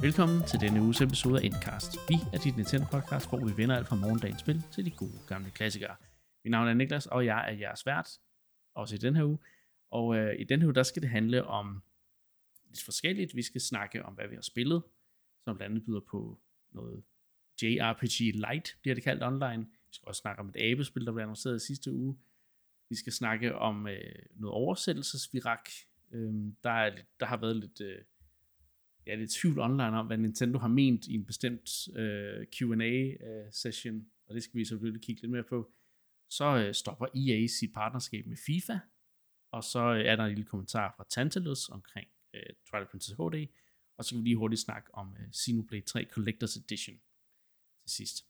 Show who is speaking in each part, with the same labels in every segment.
Speaker 1: Velkommen til denne uges episode af Endcast. Vi er dit Nintendo-podcast, hvor vi vender alt fra morgendagens spil til de gode gamle klassikere. Mit navn er Niklas, og jeg er jeres vært, også i den her uge. Og i den her uge, der skal det handle om lidt forskelligt. Vi skal snakke om, hvad vi har spillet, som blandt andet byder på noget JRPG Lite, bliver det kaldt online. Vi skal også snakke om et abespil, der blev annonceret i sidste uge. Vi skal snakke om noget oversættelsesvirak. Der har været lidt tvivl online om, hvad Nintendo har ment i en bestemt Q&A-session, og det skal vi selvfølgelig kigge lidt mere på. Så stopper EA sit partnerskab med FIFA, og så er der en lille kommentar fra Tantalus omkring Twilight Princess HD, og så kan vi lige hurtigt snakke om Xenoblade 3 Collector's Edition til sidst.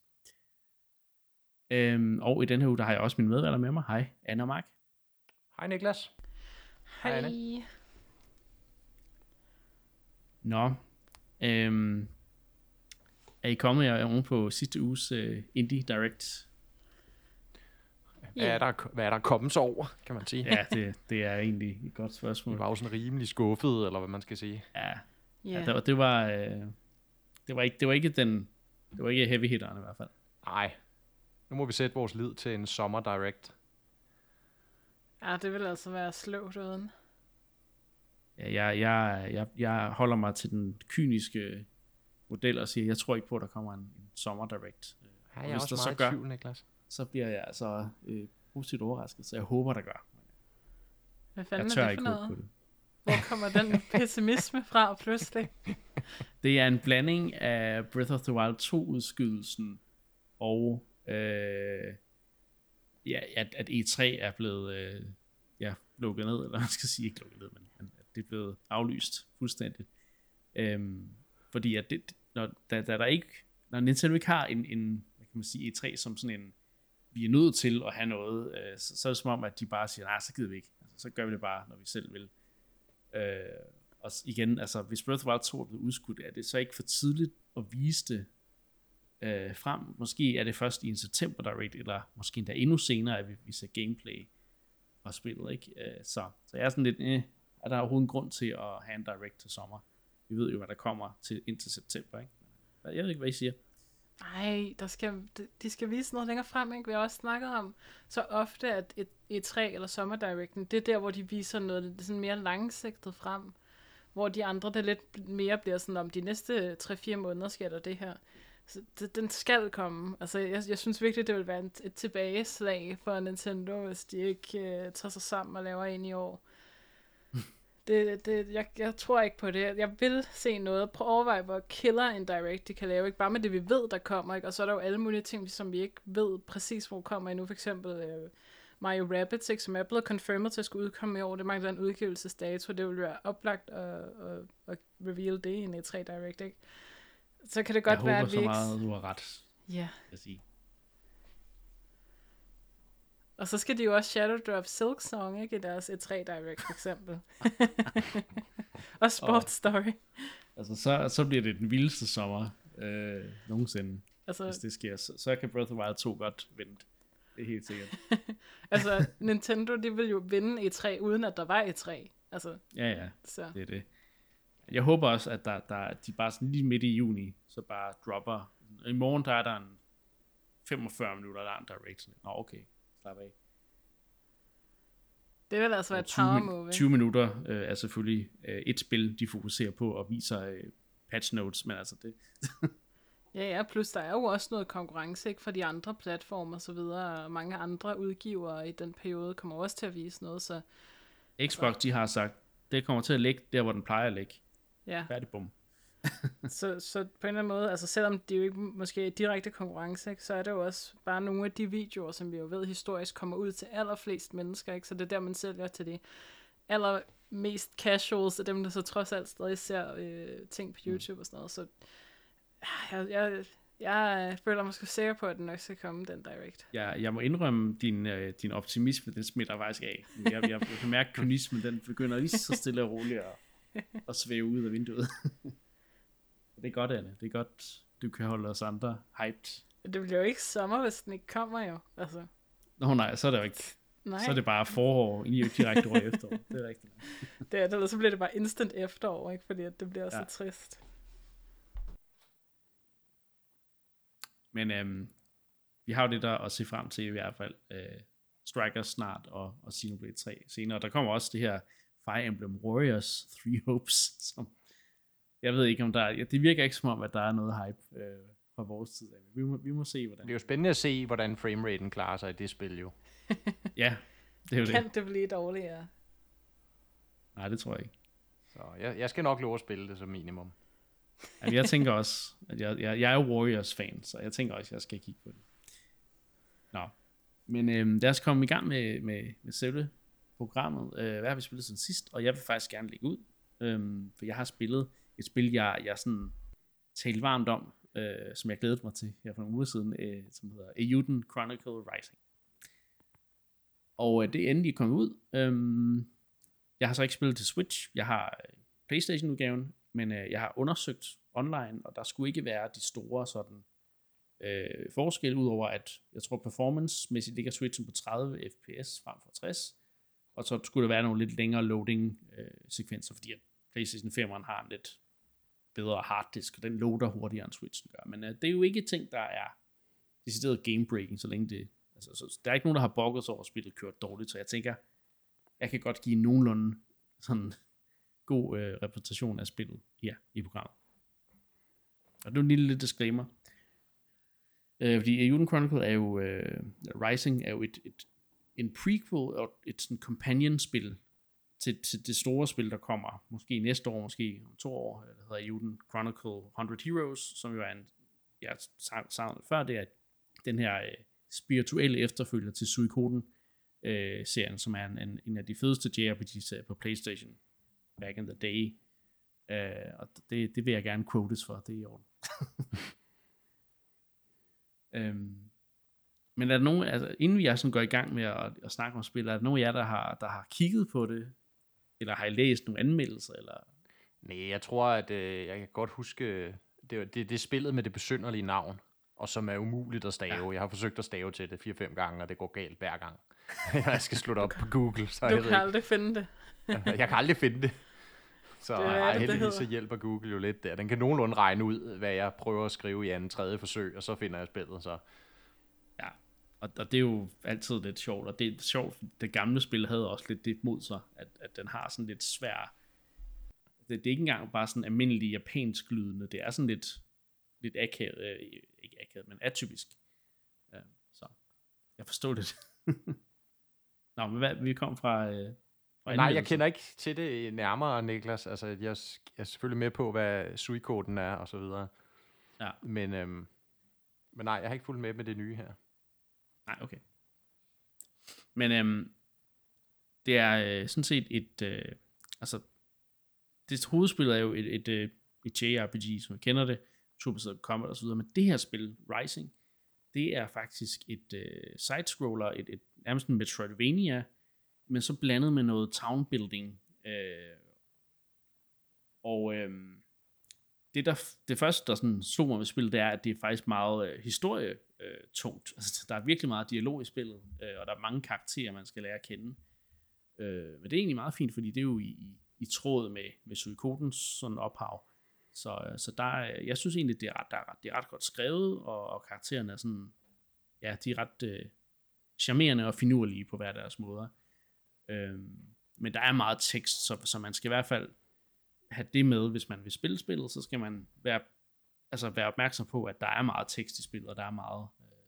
Speaker 1: Og i den her uge, der har jeg også mine medværter med mig. Hej, Anna og Mark.
Speaker 2: Hej Niklas.
Speaker 3: Hej.
Speaker 2: Anne.
Speaker 1: Nå, er I kommet oven på sidste uges Indie Direct?
Speaker 2: Hvad er der kommet så over, kan man sige?
Speaker 1: Ja, det er egentlig et godt spørgsmål.
Speaker 2: Vi var jo sådan rimelig skuffet, eller hvad man skal sige.
Speaker 1: Ja, det var ikke heavy hitteren i hvert fald.
Speaker 2: Nej, nu må vi sætte vores lid til en sommer Direct.
Speaker 3: Ja, det vil altså være sløvt uden.
Speaker 1: Ja, jeg holder mig til den kyniske model og siger, jeg tror ikke på, at der kommer en sommer Direct.
Speaker 2: Ja, jeg er også meget i tvivl, Niklas.
Speaker 1: Så bliver jeg altså positivt overrasket, så jeg håber, der gør.
Speaker 3: Hvad fanden
Speaker 1: er
Speaker 3: det for noget? Hvor kommer den pessimisme fra pludselig?
Speaker 1: Det er en blanding af Breath of the Wild 2-udskydelsen og at E3 er blevet lukket ned, eller man skal sige ikke lukket ned, men at det er blevet aflyst fuldstændigt. Fordi at når Nintendo ikke har en hvad kan man sige, E3 som sådan en, vi er nødt til at have noget, så er det som om, at de bare siger, nej, så gider vi ikke. Altså, så gør vi det bare, når vi selv vil. Og igen, altså, hvis Breath of the Wild 2 er blevet udskudt, er det så ikke for tidligt at vise det frem? Måske er det først i en september direct, eller måske endda endnu senere, at vi viser gameplay fra spillet, ikke? Så jeg er sådan lidt, er der overhovedet en grund til at have en direct til sommer? Vi ved jo, hvad der kommer indtil september, ikke? Jeg ved ikke, hvad I siger.
Speaker 3: Nej, de skal vise noget længere frem, ikke? Vi har også snakket om så ofte, at et E3 eller Summer Directen, det er der, hvor de viser noget sådan mere langsigtet frem, hvor de andre, der lidt mere bliver sådan, om de næste 3-4 måneder sker der det her. Så den skal komme. Altså, jeg synes virkelig, det vil være et tilbageslag for Nintendo, hvis de ikke tager sig sammen og laver en i år. Jeg tror ikke på det. Jeg vil se noget. Prøv at overveje, hvor killer en direct de kan lave. Ikke bare med det, vi ved, der kommer. Ikke? Og så er der jo alle mulige ting, som vi ikke ved præcis, hvor kommer endnu. For eksempel Mario Rabbids, ikke? Som er blevet confirmed til at skulle udkomme i år. Det mangler en udgivelsesdato. Det vil være oplagt at reveal det i en E3 Direct. Ikke? Så kan det godt være, at vi ikke...
Speaker 1: Jeg håber så meget, du har ret.
Speaker 3: Ja.
Speaker 1: Jeg sige.
Speaker 3: Og så skal de jo også Shadow Drop Silk Song, ikke? I deres E3 Direct, for eksempel. Og Sports Story.
Speaker 1: Altså, så bliver det den vildeste sommer nogensinde. Altså, hvis det sker. Så kan Breath of the Wild 2 godt vente. Det er helt sikkert.
Speaker 3: Altså, Nintendo, de vil jo vinde E3, uden at der var E3. Altså,
Speaker 1: ja, så. Det er det. Jeg håber også, at de bare sådan lige midt i juni, så bare dropper. I morgen, der er der en 45 minutter lang direct. Nå, okay. Slap af.
Speaker 3: Det vil altså være et power move.
Speaker 1: 20 minutter er selvfølgelig et spil, de fokuserer på og viser patch notes, men altså det...
Speaker 3: ja, plus der er jo også noget konkurrence, ikke, for de andre platformer og så videre, og mange andre udgivere i den periode kommer også til at vise noget, så...
Speaker 1: Xbox, de har sagt, det kommer til at ligge der, hvor den plejer at ligge.
Speaker 3: Ja.
Speaker 1: Færdig, bum.
Speaker 3: så på en eller anden måde, altså selvom det jo ikke måske er direkte konkurrence, ikke, så er det jo også bare nogle af de videoer, som vi jo ved historisk kommer ud til allerflest mennesker, ikke? Så det er der, man sælger til de allermest casuals, og dem, der så trods alt stadig ser ting på YouTube og sådan noget, så jeg føler mig sgu sikker på, at den nok skal komme, den direct.
Speaker 1: Ja, jeg må indrømme din optimisme, den smitter faktisk af. Jeg kan mærke, at kynismen, den begynder lige så stille og roligt at svæve ud af vinduet. Det er godt, Anne. Det er godt, du kan holde os andre hyped.
Speaker 3: Det bliver jo ikke sommer, hvis den ikke kommer jo. Altså.
Speaker 1: Nå nej, så er det jo ikke. Nej. Så er det bare forår, i direkte over efterår. Det er rigtigt.
Speaker 3: Det er det, eller så bliver det bare instant efterår, ikke? Fordi at det bliver så trist.
Speaker 1: Men vi har jo det der at se frem til i hvert fald. Strikers snart, og Xenoblade 3 senere. Der kommer også det her Fire Emblem Warriors 3 Hopes, som jeg ved ikke, om der er, det virker ikke som om, at der er noget hype fra vores tid. Vi må se, hvordan.
Speaker 2: Det er jo spændende at se, hvordan frameraten klarer sig i det spil jo.
Speaker 1: Ja, det er jo
Speaker 3: Kan det blive dårligere?
Speaker 1: Nej, det tror jeg ikke.
Speaker 2: Så jeg skal nok love at spille det som minimum.
Speaker 1: Altså, jeg tænker også, at jeg er jo Warriors-fan, så jeg tænker også, at jeg skal kigge på det. Nå, men lad os komme i gang med selve programmet. Hvad har vi spillet siden sidst? Og jeg vil faktisk gerne lægge ud, for jeg har spillet et spil, jeg sådan talte varmt om, som jeg glædede mig til her for nogle uger siden, som hedder Eiyuden Chronicle Rising. Og det er endelig kommet ud. Jeg har så ikke spillet til Switch. Jeg har PlayStation-udgaven, men jeg har undersøgt online, og der skulle ikke være de store sådan forskelle, udover at jeg tror performance-mæssigt ligger Switchen på 30 fps frem for 60, og så skulle der være nogle lidt længere loading-sekvenser, fordi at PlayStation 5'eren har en lidt bedre harddisk, og den loader hurtigere end Switchen gør. Men det er jo ikke ting, der er decideret game-breaking, så længe det... Altså, så der er ikke nogen, der har bokket sig over, at spillet kørt dårligt, så jeg tænker, jeg kan godt give nogenlunde sådan god repræsentation af spillet her i programmet. Og det er en lille disclaimer. Fordi Eiyuden Chronicle er jo... Rising er jo en prequel og et sådan companion-spil til det store spil, der kommer måske næste år, måske om 2 år, der hedder Eiyuden Chronicle 100 Heroes, som jo er en... Jeg sagde før, det er den her spirituelle efterfølger til Suikoden-serien, som er en af de fedeste JRPG-serier på PlayStation back in the day. Og det vil jeg gerne quotes for, det er i orden. Men er der nogen, altså inden vi sådan går i gang med at snakke om spil, er der nogen af jer, der har kigget på det, eller har I læst nogle anmeldelser, eller?
Speaker 2: Nej, jeg tror, at jeg kan godt huske, det spillet med det besynderlige navn, og som er umuligt at stave. Ja. Jeg har forsøgt at stave til det 4-5 gange, og det går galt hver gang. Jeg skal slutte op på Google. Så
Speaker 3: du kan aldrig finde det.
Speaker 2: Jeg kan aldrig finde det. Så heldigvis så hjælper Google jo lidt der. Den kan nogenlunde regne ud, hvad jeg prøver at skrive i 2.-3. forsøg, og så finder jeg spillet. Så.
Speaker 1: Ja, og det er jo altid lidt sjovt, og det er sjovt, det gamle spil havde også lidt det mod sig, at den har sådan lidt svær... Det er ikke engang bare sådan almindelig japansk lydende, det er sådan lidt akavet, ikke akavet, men atypisk. Så jeg forstår det. Nå, men hvad, vi kom fra
Speaker 2: nej, jeg kender ikke til det nærmere, Niklas. Altså, jeg er selvfølgelig med på, hvad Suikoden er, og så videre.
Speaker 1: Ja.
Speaker 2: Men nej, jeg har ikke fulgt med det nye her.
Speaker 1: Nej, okay. Men det er sådan set et... altså, det hovedspil er jo et JRPG, som vi kender det, Super Combat og så videre, men det her spil, Rising, det er faktisk et side-scroller, et nærmest en Metroidvania, men så blandet med noget town-building. Det første, der sådan slog mig ved spillet, det er, at det er faktisk meget historietungt. Altså, der er virkelig meget dialog i spillet, og der er mange karakterer, man skal lære at kende. Men det er egentlig meget fint, fordi det er jo i tråd med Suikodens sådan ophav. Så der jeg synes egentlig, det er ret godt skrevet, og karaktererne er sådan, ja, de er ret charmerende og finurlige på hver deres måder. Men der er meget tekst, så man skal i hvert fald have det med, hvis man vil spille spillet, så skal man være opmærksom på, at der er meget tekst i spillet, og der er meget,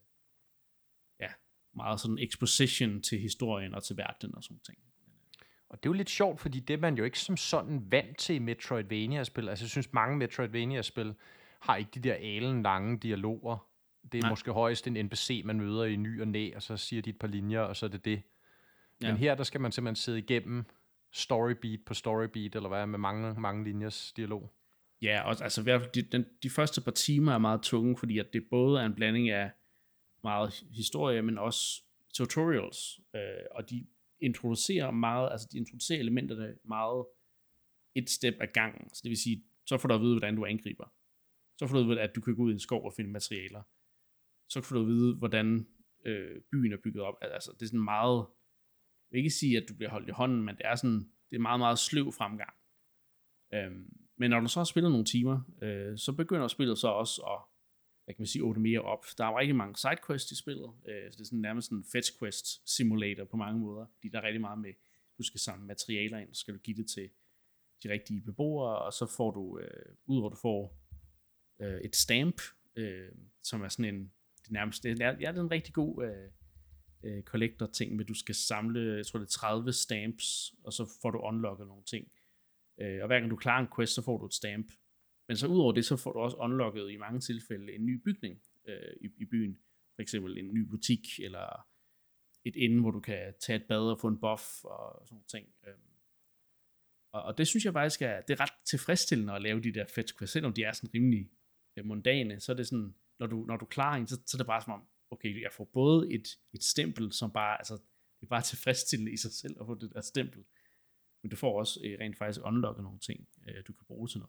Speaker 1: meget sådan exposition til historien og til verden og sådan ting.
Speaker 2: Og det er jo lidt sjovt, fordi det er man jo ikke som sådan vant til i Metroidvania-spil. Altså jeg synes, mange Metroidvania-spil har ikke de der alenlange dialoger. Det er måske højst en NPC, man møder i ny og næ, og så siger de et par linjer, og så er det det. Ja. Men her, der skal man simpelthen sidde igennem storybeat på storybeat, eller hvad, med mange linjers dialog.
Speaker 1: Ja, og altså i hvert fald de første par timer er meget tunge, fordi at det både er en blanding af meget historie, men også tutorials, og de introducerer elementerne meget et step ad gangen. Så det vil sige, så får du at vide, hvordan du angriber. Så får du at vide, at du kan gå ud i en skov og finde materialer. Så får du at vide, hvordan byen er bygget op. Altså, det er sådan meget, jeg vil ikke sige, at du bliver holdt i hånden, men det er meget, meget sløv fremgang. Men når du så har spillet nogle timer, så begynder spillet så også hvad kan man sige, åbne mere op. Der er jo rigtig mange sidequests i spillet, så det er sådan nærmest sådan en fetch quest simulator på mange måder, fordi der er rigtig meget med, du skal samle materialer ind, så skal du give det til de rigtige beboere, og så får du, udover du får et stamp, som er sådan en, det nærmest, det er en rigtig god collector ting, men du skal samle, jeg tror det er 30 stamps, og så får du unlocket nogle ting. Og hver gang du klarer en quest, så får du et stamp. Men så udover det, så får du også unlocket i mange tilfælde en ny bygning i byen. For eksempel en ny butik, eller et inde, hvor du kan tage et bad og få en buff, og sådan nogle ting. Og det synes jeg faktisk det er ret tilfredsstillende at lave de der fetch quests, selvom de er sådan rimelig mundane, så er det sådan, når du klarer en, så er det bare som om, okay, jeg får både et stempel, som bare, altså, det er bare tilfredsstillende i sig selv at få det der stempel, men du får også rent faktisk unlocket nogle ting, du kan bruge til noget.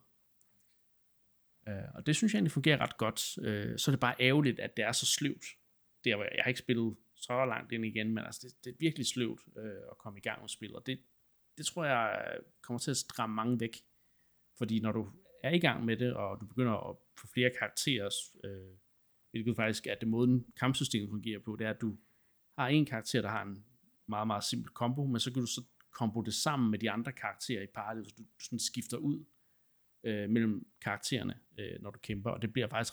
Speaker 1: Og det synes jeg egentlig fungerer ret godt. Så er det bare ærgerligt, at det er så sløvt. Jeg har ikke spillet så langt ind igen, men altså, det er virkelig sløvt at komme i gang med spillet, og det tror jeg kommer til at stramme mange væk, fordi når du er i gang med det, og du begynder at få flere karakterer, hvilket faktisk er det måden kampsystemet fungerer på, det er, at du har en karakter, der har en meget, meget simpel kombo, men så kan du så kombo det sammen med de andre karakterer i party, så du sådan skifter ud mellem karaktererne, når du kæmper, og det bliver faktisk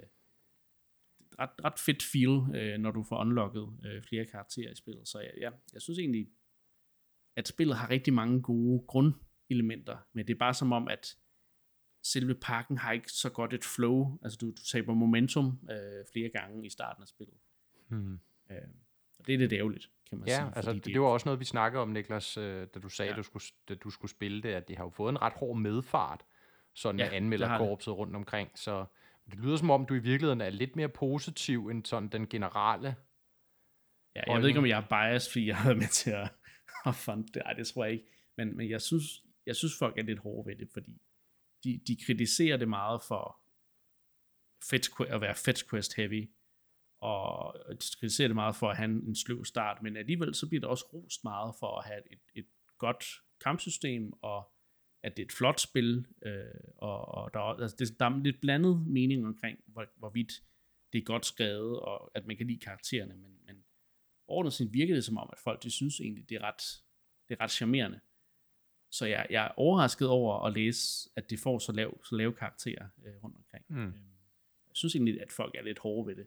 Speaker 1: ret fedt feel, når du får unlocket flere karakterer i spillet. Så jeg synes egentlig, at spillet har rigtig mange gode grundelementer, men det er bare som om, at selve pakken har ikke så godt et flow. Altså du taber momentum flere gange i starten af spillet. Og det er lidt ærgerligt, kan man sige.
Speaker 2: Ja, altså det var også noget, vi snakkede om, Niklas, da du sagde, at du skulle spille det, at det har jo fået en ret hård medfart, sådan med anmelderkorpset rundt omkring. Så det lyder som om, du i virkeligheden er lidt mere positiv end sådan den generelle.
Speaker 1: Ja, jeg ved ikke, om jeg er biased, fordi jeg har været med til at funde det. Ej, det tror jeg ikke. Men jeg synes folk er lidt hårde ved det, fordi de kritiserer det meget for at være fetch quest heavy, og de kritiserer det meget for at have en sløv start, men alligevel så bliver det også rost meget for at have et godt kampsystem, og at det er et flot spil, og der er lidt blandet mening omkring, hvorvidt det er godt skrevet, og at man kan lide karaktererne, men ordentligt set virker det som om, at folk de synes egentlig, det er ret charmerende. Så jeg er overrasket over at læse, at de får så lave karakterer rundt omkring. Jeg synes egentlig, at folk er lidt hårde ved det.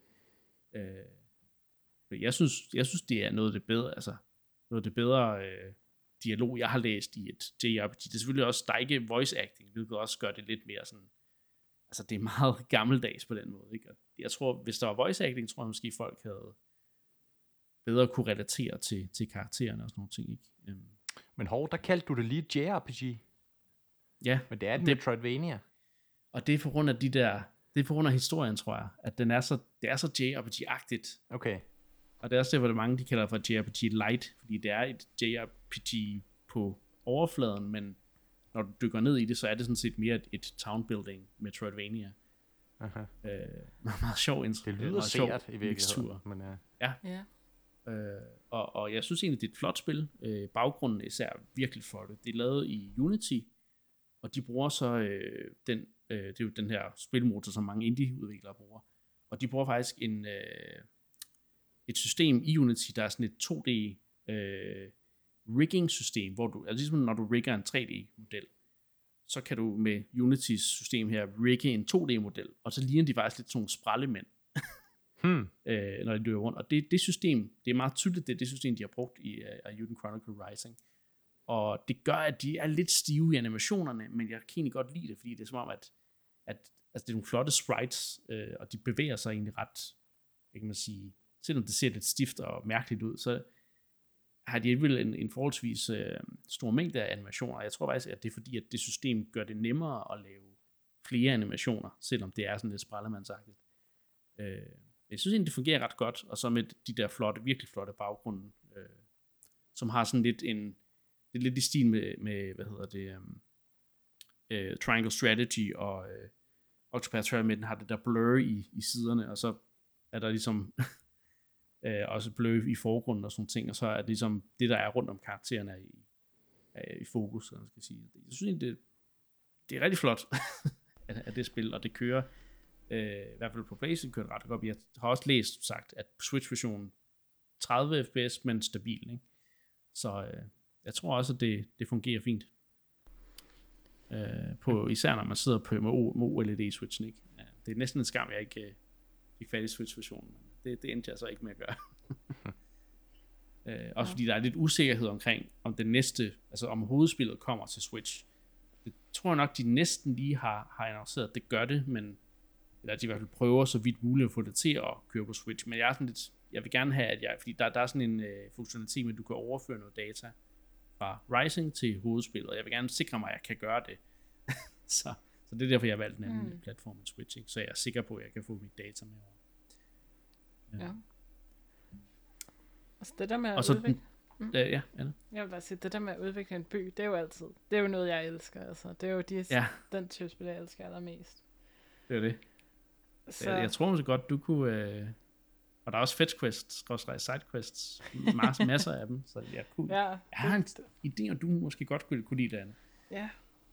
Speaker 1: Jeg synes, det er noget af det bedre, altså noget af det bedre dialog, jeg har læst i et JRPG. Det er selvfølgelig også, der er ikke voice acting, hvilket også gør det lidt mere sådan, altså det er meget gammeldags på den måde, ikke? Og jeg tror, hvis der var voice acting, tror jeg måske folk havde bedre kunne relatere til karaktererne og sådan nogle ting, ikke?
Speaker 2: Men der kaldte du det lige JRPG.
Speaker 1: Ja.
Speaker 2: Men det er et Metroidvania.
Speaker 1: Og det er på grund af det er på grund af historien, tror jeg, at det er så JRPG-agtigt.
Speaker 2: Okay.
Speaker 1: Og det er også det, hvor mange de kalder for JRPG Light, fordi det er et JRPG på overfladen, men når du dykker ned i det, så er det sådan set mere et town-building Metroidvania.
Speaker 2: Aha.
Speaker 1: Meget sjov
Speaker 2: Det lyder sært i virkeligheden. Men,
Speaker 1: ja. Og jeg synes egentlig, det er et flot spil. Baggrunden er især virkelig flot. Det er lavet i Unity, og de bruger så det er jo den her spilmotor, som mange indie-udviklere bruger. Og de bruger faktisk et system i Unity, der er sådan et 2D rigging-system, hvor du, altså ligesom når du rigger en 3D-model, så kan du med Unitys system her rigge en 2D-model, og så ligner de faktisk lidt sådan nogle sprællemænd, når de løber rundt. Og det system, det er meget tydeligt, det system, de har brugt i Eiyuden Chronicle Rising. Og det gør, at de er lidt stive i animationerne, men jeg kan egentlig godt lide det, fordi det er som om, at altså det er nogle flotte sprites, og de bevæger sig egentlig ret, kan man sige, selvom det ser lidt stift og mærkeligt ud, så har de alligevel en forholdsvis stor mængde af animationer. Jeg tror faktisk, at det er fordi, at det system gør det nemmere at lave flere animationer, selvom det er sådan lidt sprællemandsagtigt. Jeg synes egentlig, det fungerer ret godt, og så med de der flotte, virkelig flotte baggrunde, som har sådan lidt det er lidt i stil med hvad hedder det, Triangle Strategy og Octopath Traveler, med den har det der blur i siderne, og så er der ligesom også blur i forgrunden og sådan ting, og så er det ligesom det, der er rundt om karaktererne i fokus, skal jeg sige. Jeg synes egentlig, det er rigtig flot af det spil, og det kører I hvert fald på PlayStation kører det ret godt. Jeg har også læst sagt, at Switch-versionen 30 fps, men stabil, ikke? Så jeg tror også, at det fungerer fint. Især når man sidder på OLED-switchen, ikke? Ja, det er næsten en skam, jeg ikke fik fat i Switch-versionen, men det endte jeg så ikke med at gøre. Også fordi der er lidt usikkerhed omkring, om det næste, altså om hovedspillet kommer til Switch. Det tror jeg nok, de næsten lige har annonceret, at det gør det, men eller de i hvert fald prøver så vidt muligt at få det til at køre på Switch. Men jeg er sådan lidt, jeg vil gerne have, fordi der er sådan en funktionalitet med, at du kan overføre noget data fra Rising til hovedspillet, og jeg vil gerne sikre mig, at jeg kan gøre det. så det er derfor, jeg har valgt en anden platform end Switch, ikke? Så jeg er sikker på, at jeg kan få mit data med over.
Speaker 3: Ja. Altså det der med
Speaker 1: at udvikle... Ja, Anna.
Speaker 3: Jeg vil bare sige, det der med at udvikle en by, det er jo altid, det er jo noget, jeg elsker, altså. Det er jo den type spil, jeg elsker allermest.
Speaker 1: Det er det. Så... Jeg tror måske godt, du kunne... Og der er også fetch quests, sidequests, masser af dem, så jeg har en idé, og du måske godt kunne lide det, Anna.
Speaker 3: Ja.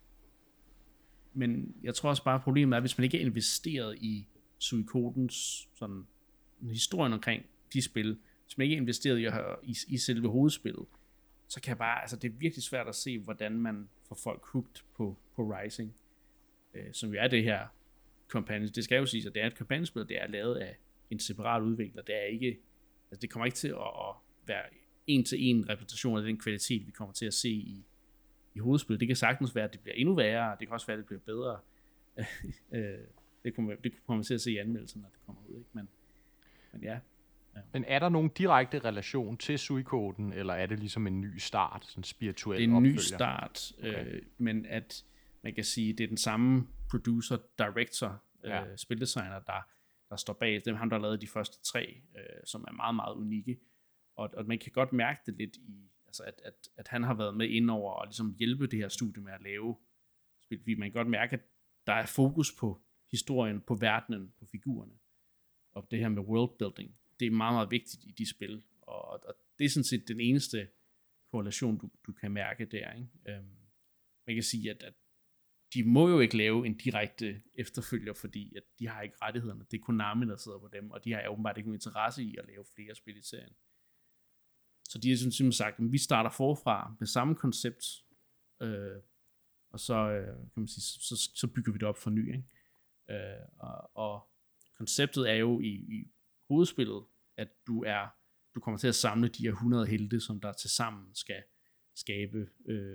Speaker 1: Men jeg tror også bare, problemet er, hvis man ikke er investeret i Suikodens sådan historien omkring de spil, hvis man ikke er investeret i selve hovedspillet, så kan jeg bare, altså det er virkelig svært at se, hvordan man får folk hooked på Rising, som jo er det her companion. Det skal jo siges, at det er et companion-spil, det er lavet af en separat udvikler. Det er ikke, altså det kommer ikke til at være en-til-en repræsentation af den kvalitet, vi kommer til at se i hovedspillet. Det kan sagtens være, at det bliver endnu værre, det kan også være, at det bliver bedre. Det kommer man til at se i anmeldelsen, når det kommer ud, ikke? Men ja.
Speaker 2: Men er der nogen direkte relation til Suikoden, eller er det ligesom en ny start, sådan en spirituel opfølger?
Speaker 1: Det er en ny start, okay. Men at man kan sige, det er den samme producer, director, spildesigner, der står bag. Det er ham, der har lavet de første 3, som er meget, meget unikke. Og man kan godt mærke det lidt i, altså at han har været med indover og ligesom hjælpe det her studie med at lave spil. Fordi man kan godt mærke, at der er fokus på historien, på verdenen, på figurerne. Og det her med worldbuilding, det er meget, meget vigtigt i de spil. Og det er sådan set den eneste korrelation, du kan mærke der, ikke? Man kan sige, at de må jo ikke lave en direkte efterfølger, fordi at de har ikke rettighederne. Det er Konami, der sidder på dem, og de har åbenbart ikke nogen interesse i at lave flere spil i serien. Så de har simpelthen sagt, at vi starter forfra med samme koncept, og så kan man sige, så bygger vi det op for ny, ikke? Og konceptet er jo i hovedspillet, at du kommer til at samle de her 100 helte, som der tilsammen skal skabe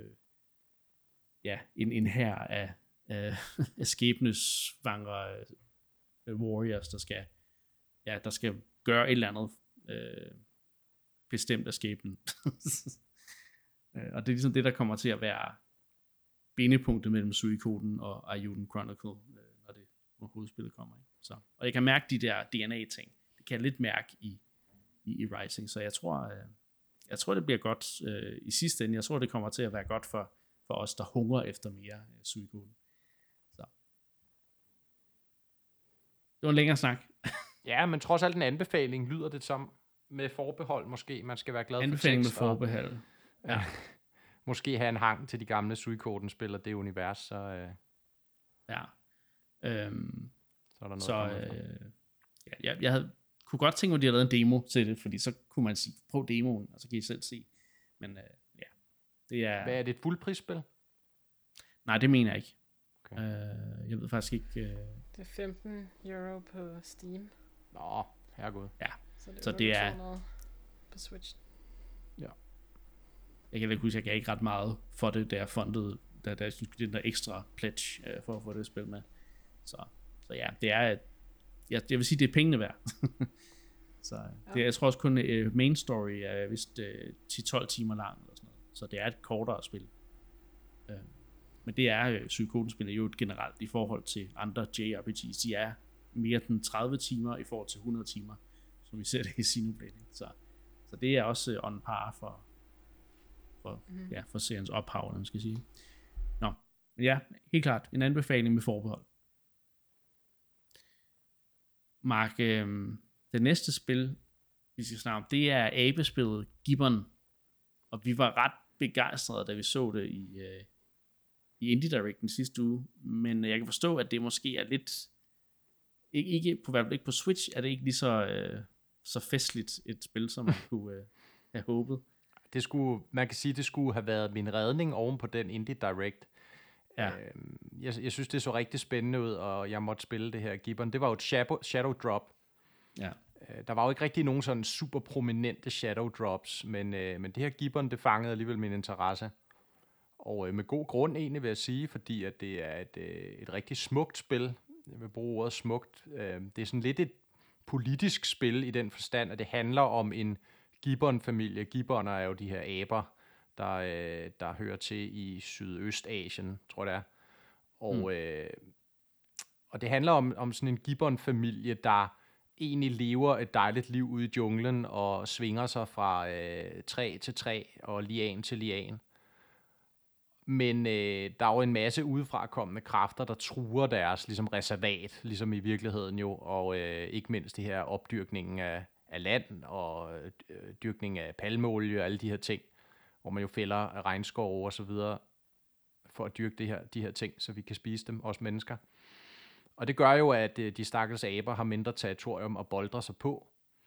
Speaker 1: en hær af skæbnesvangre warriors, der skal gøre et eller andet bestemt af skæbnen. Og det er ligesom det, der kommer til at være bindepunktet mellem Suikoden og Ayuden Chronicle, når hovedspillet kommer, ikke? Så, og jeg kan mærke de der DNA-ting. Det kan jeg lidt mærke i Rising, så jeg tror det bliver godt i sidste ende. Jeg tror, det kommer til at være godt for os, der hungrer efter mere Suikoden. Så. Det var en længere snak.
Speaker 2: Ja, men trods alt en anbefaling lyder det som med forbehold måske. Man skal være glad
Speaker 1: anbefaling
Speaker 2: for tekst.
Speaker 1: Anbefaling med forbehold. Ja.
Speaker 2: Måske have en hang til de gamle Suikoden-spil og det univers, så...
Speaker 1: Ja.
Speaker 2: Så er der noget
Speaker 1: jeg kunne godt tænke mig, at de havde lavet en demo til det, fordi så kunne man sige, prøv demoen, og så kan I selv se. Men det er...
Speaker 2: Hvad er det, et fuldprisspil?
Speaker 1: Nej, det mener jeg ikke.
Speaker 2: Okay.
Speaker 1: Jeg ved faktisk ikke...
Speaker 3: Det er 15 euro på Steam.
Speaker 2: Nå, herregud.
Speaker 1: Ja,
Speaker 3: så det er... på Switch.
Speaker 1: Ja. Jeg kan ikke huske, jeg gav ikke ret meget for det, der fundet, der den der ekstra pledge for at få det spil med. Så ja, det er... Jeg vil sige, det er pengene værd. Så jeg tror også kun main story er vist 10-12 timer lang eller sådan noget. Så det er et kortere spil. Men det er Suikoden-spil jo generelt i forhold til andre JRPGs. De er mere end 30 timer i forhold til 100 timer, som vi ser det i Xenoblade. Så det er også on par for seriens ophav, man skal sige. Nå, men ja, helt klart en anbefaling med forbehold. Mark, det næste spil, vi skal snakke om, det er abespillet Gibbon. Og vi var ret begejstrede, da vi så det i Indie Directen sidste uge. Men jeg kan forstå, at det måske er lidt ikke på, i hvert fald ikke på Switch, er det ikke lige så festligt et spil, som man kunne have håbet.
Speaker 2: Man kan sige, det skulle have været min redning oven på den Indie Direct.
Speaker 1: Ja.
Speaker 2: Jeg synes, det så rigtig spændende ud, og jeg måtte spille det her Gibbon. Det var jo et shadow drop.
Speaker 1: Ja.
Speaker 2: Der var jo ikke rigtig nogen sådan super prominente shadow drops, men det her Gibbon, det fangede alligevel min interesse. Og med god grund egentlig, vil jeg sige, fordi at det er et rigtig smukt spil. Jeg vil bruge ordet smukt. Det er sådan lidt et politisk spil i den forstand, at det handler om en gibbon-familie. Gibboner er jo de her aber, der hører til i Sydøstasien, tror jeg det er. Og det handler om sådan en gibbon-familie, der egentlig lever et dejligt liv ude i junglen og svinger sig fra træ til træ og lian til lian. Men der er jo en masse udefrakommende kræfter, der truer deres ligesom reservat, ligesom i virkeligheden jo, og ikke mindst det her opdyrkningen af land og dyrkning af palmeolie og alle de her ting, hvor man jo fælder regnskove og så videre for at dyrke de her ting, så vi kan spise dem, os mennesker. Og det gør jo, at de stakkels aber har mindre territorium at boldre sig på.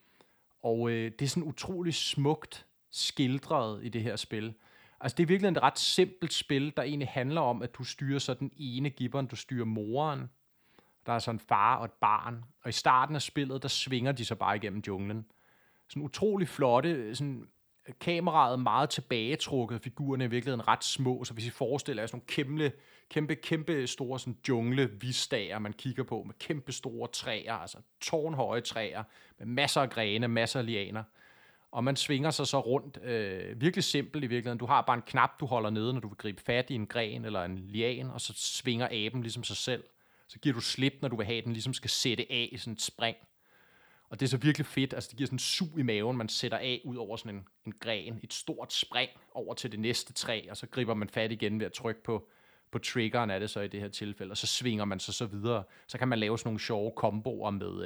Speaker 2: Og det er sådan utrolig smukt skildret i det her spil. Altså det er virkelig et ret simpelt spil, der egentlig handler om, at du styrer så den ene gibbon, du styrer moren. Der er så en far og et barn. Og i starten af spillet, der svinger de så bare igennem junglen. Sådan utrolig flotte, sådan kameraet meget tilbagetrukket, figurerne er i virkeligheden ret små, så hvis I forestiller jer sådan nogle kæmpe store sådan jungle-visdager, man kigger på, med kæmpe store træer, altså tårnhøje træer, med masser af grene, masser af lianer. Og man svinger sig så rundt, virkelig simpelt i virkeligheden. Du har bare en knap, du holder nede, når du vil gribe fat i en gren eller en lian, og så svinger aben ligesom sig selv. Så giver du slip, når du vil have den ligesom skal sætte af i sådan et spring. Og det er så virkelig fedt, altså det giver sådan en sug i maven, man sætter af ud over sådan en gren, et stort spring over til det næste træ, og så griber man fat igen ved at trykke på triggeren af det så i det her tilfælde, og så svinger man så videre. Så kan man lave sådan nogle sjove komboer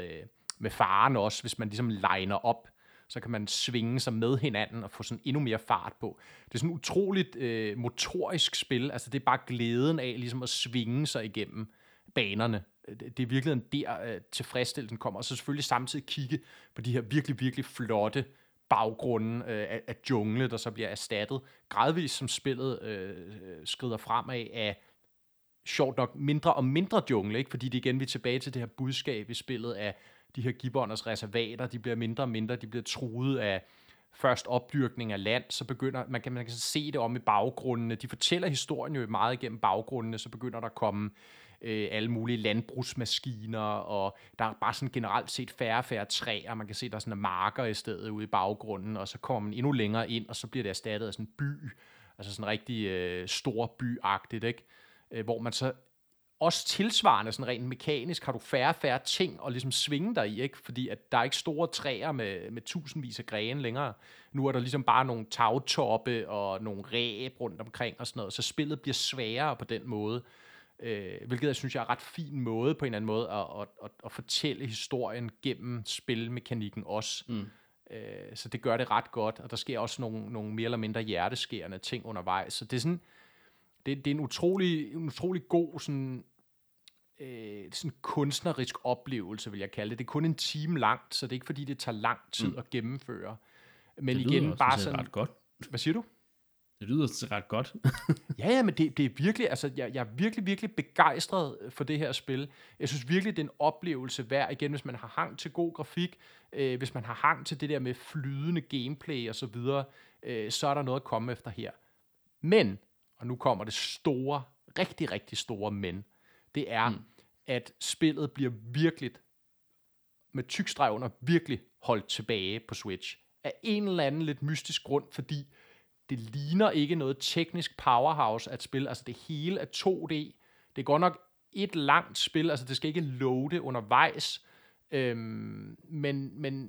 Speaker 2: med faren også, hvis man ligesom liner op, så kan man svinge sig med hinanden og få sådan endnu mere fart på. Det er sådan et utroligt motorisk spil, altså det er bare glæden af ligesom at svinge sig igennem banerne. Det er virkelig der tilfredsstillelsen kommer, og så selvfølgelig samtidig kigge på de her virkelig, virkelig flotte baggrunde af jungle, der så bliver erstattet gradvist, som spillet skrider fremad af sjovt nok mindre og mindre jungle, ikke? Fordi det igen, vi er tilbage til det her budskab i spillet af de her gibboners reservater, de bliver mindre og mindre, de bliver truet af først opdyrkning af land, så begynder, man kan se det om i baggrundene, de fortæller historien jo meget igennem baggrundene, så begynder der at komme alle mulige landbrugsmaskiner, og der er bare sådan generelt set færre træer, man kan se, der er sådan marker i stedet ude i baggrunden, og så kommer man endnu længere ind, og så bliver det erstattet af sådan en by, altså sådan en rigtig stor by-agtigt, ikke? Hvor man så også tilsvarende, sådan rent mekanisk, har du færre ting at ligesom svinge dig i, ikke? Fordi at der er ikke store træer med tusindvis af grene længere. Nu er der ligesom bare nogle tagtoppe og nogle ræb rundt omkring og sådan noget, så spillet bliver sværere på den måde. Hvilket jeg synes er en ret fin måde på en eller anden måde at fortælle historien gennem spilmekanikken også. Så det gør det ret godt, og der sker også nogle mere eller mindre hjerteskærende ting undervejs. Så det er sådan, det er en utrolig god sådan kunstnerisk oplevelse, vil jeg kalde det. Det er kun en time langt, så det er ikke fordi, det tager lang tid at gennemføre. Men det igen bare sådan
Speaker 1: ret godt.
Speaker 2: Hvad siger du?
Speaker 1: Det lyder ret godt.
Speaker 2: ja, men det er virkelig, altså jeg er virkelig, virkelig begejstret for det her spil. Jeg synes virkelig, det er en oplevelse værd, igen, hvis man har hang til god grafik, hvis man har hang til det der med flydende gameplay og så videre, så er der noget at komme efter her. Men, og nu kommer det store, rigtig, rigtig store men, det er, at spillet bliver virkelig, med tyk streg under, virkelig holdt tilbage på Switch. Af en eller anden lidt mystisk grund, fordi det ligner ikke noget teknisk powerhouse at spille. Altså det hele er 2D. Det er godt nok et langt spil. Altså det skal ikke loade undervejs. Men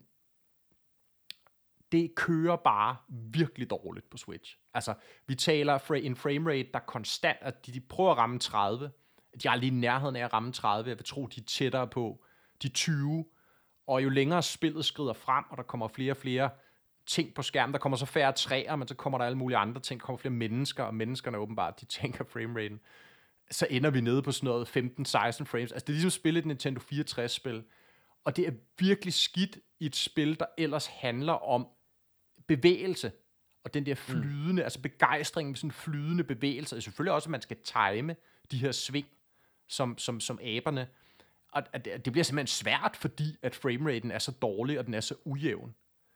Speaker 2: det kører bare virkelig dårligt på Switch. Altså vi taler en framerate, der konstant, at de prøver at ramme 30. De er lige i nærheden af at ramme 30. Jeg vil tro, de er tættere på de 20. Og jo længere spillet skrider frem, og der kommer flere og flere ting på skærmen, der kommer så færre træer, men så kommer der alle mulige andre ting, der kommer flere mennesker, og menneskerne åbenbart, de tænker frameraten. så ender vi nede på sådan noget 15-16 frames. Altså det er ligesom at spille et Nintendo 64-spil, og det er virkelig skidt i et spil, der ellers handler om bevægelse, og den der flydende, altså begejstringen med sådan flydende bevægelser. Selvfølgelig også, at man skal time de her sving, som aberne. Og det bliver simpelthen svært, fordi at frameraten er så dårlig, og den er så ujævn.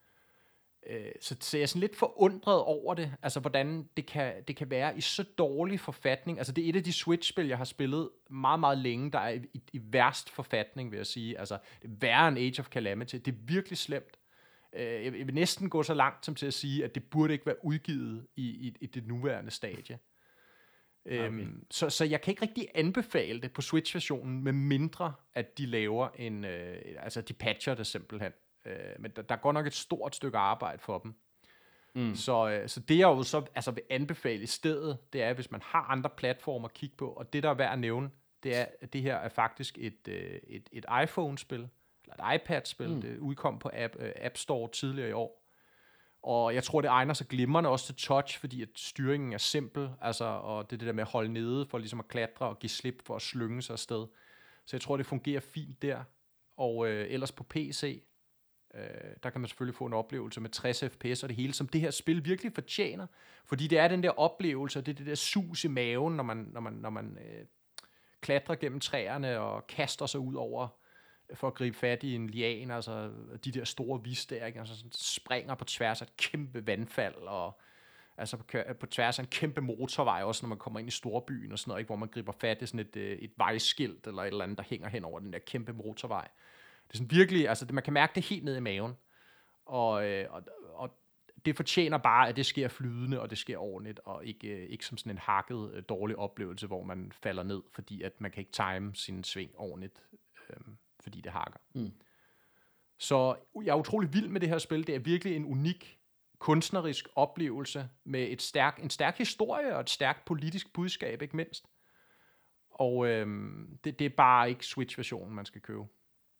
Speaker 2: Så jeg er sådan lidt forundret over det, altså hvordan det kan være i så dårlig forfatning. Altså det er et af de Switch-spil, jeg har spillet meget, meget længe, der er i værst forfatning, vil jeg sige. Altså det er værre end Age of Calamity. Det er virkelig slemt. Jeg vil næsten gå så langt som til at sige, at det burde ikke være udgivet i det nuværende stadie. Okay. Så jeg kan ikke rigtig anbefale det på Switch-versionen, med mindre at de laver altså de patcher det simpelthen. Men der går nok et stort stykke arbejde for dem. Så det jeg jo så altså vil anbefale i stedet, det er, hvis man har andre platformer at kigge på, og det der er værd at nævne, det er, at det her er faktisk et iPhone-spil, eller et iPad-spil. Det udkom på App Store tidligere i år. Og jeg tror, det egner sig glimrende også til touch, fordi at styringen er simpel, altså, og det der med at holde nede for ligesom at klatre og give slip for at slynge sig afsted. Så jeg tror, det fungerer fint der. Og ellers på PC, der kan man selvfølgelig få en oplevelse med 60 fps og det hele, som det her spil virkelig fortjener. Fordi det er den der oplevelse, og det er det der sus i maven, når man klatrer gennem træerne og kaster sig ud over for at gribe fat i en lian, altså de der store visdæringer, altså sådan springer på tværs af et kæmpe vandfald, og altså på tværs af en kæmpe motorvej, også når man kommer ind i storbyen og sådan noget, ikke, hvor man griber fat i sådan et vejskilt, eller et eller andet, der hænger hen over den der kæmpe motorvej. Det er sådan virkelig, altså man kan mærke det helt ned i maven, og det fortjener bare, at det sker flydende, og det sker ordentligt, og ikke som sådan en hakket, dårlig oplevelse, hvor man falder ned, fordi at man kan ikke time sin sving ordentligt, fordi det hakker. Så jeg er utrolig vild med det her spil. Det er virkelig en unik kunstnerisk oplevelse med en stærk historie og et stærkt politisk budskab, ikke mindst. Og det er bare ikke Switch-versionen, man skal købe.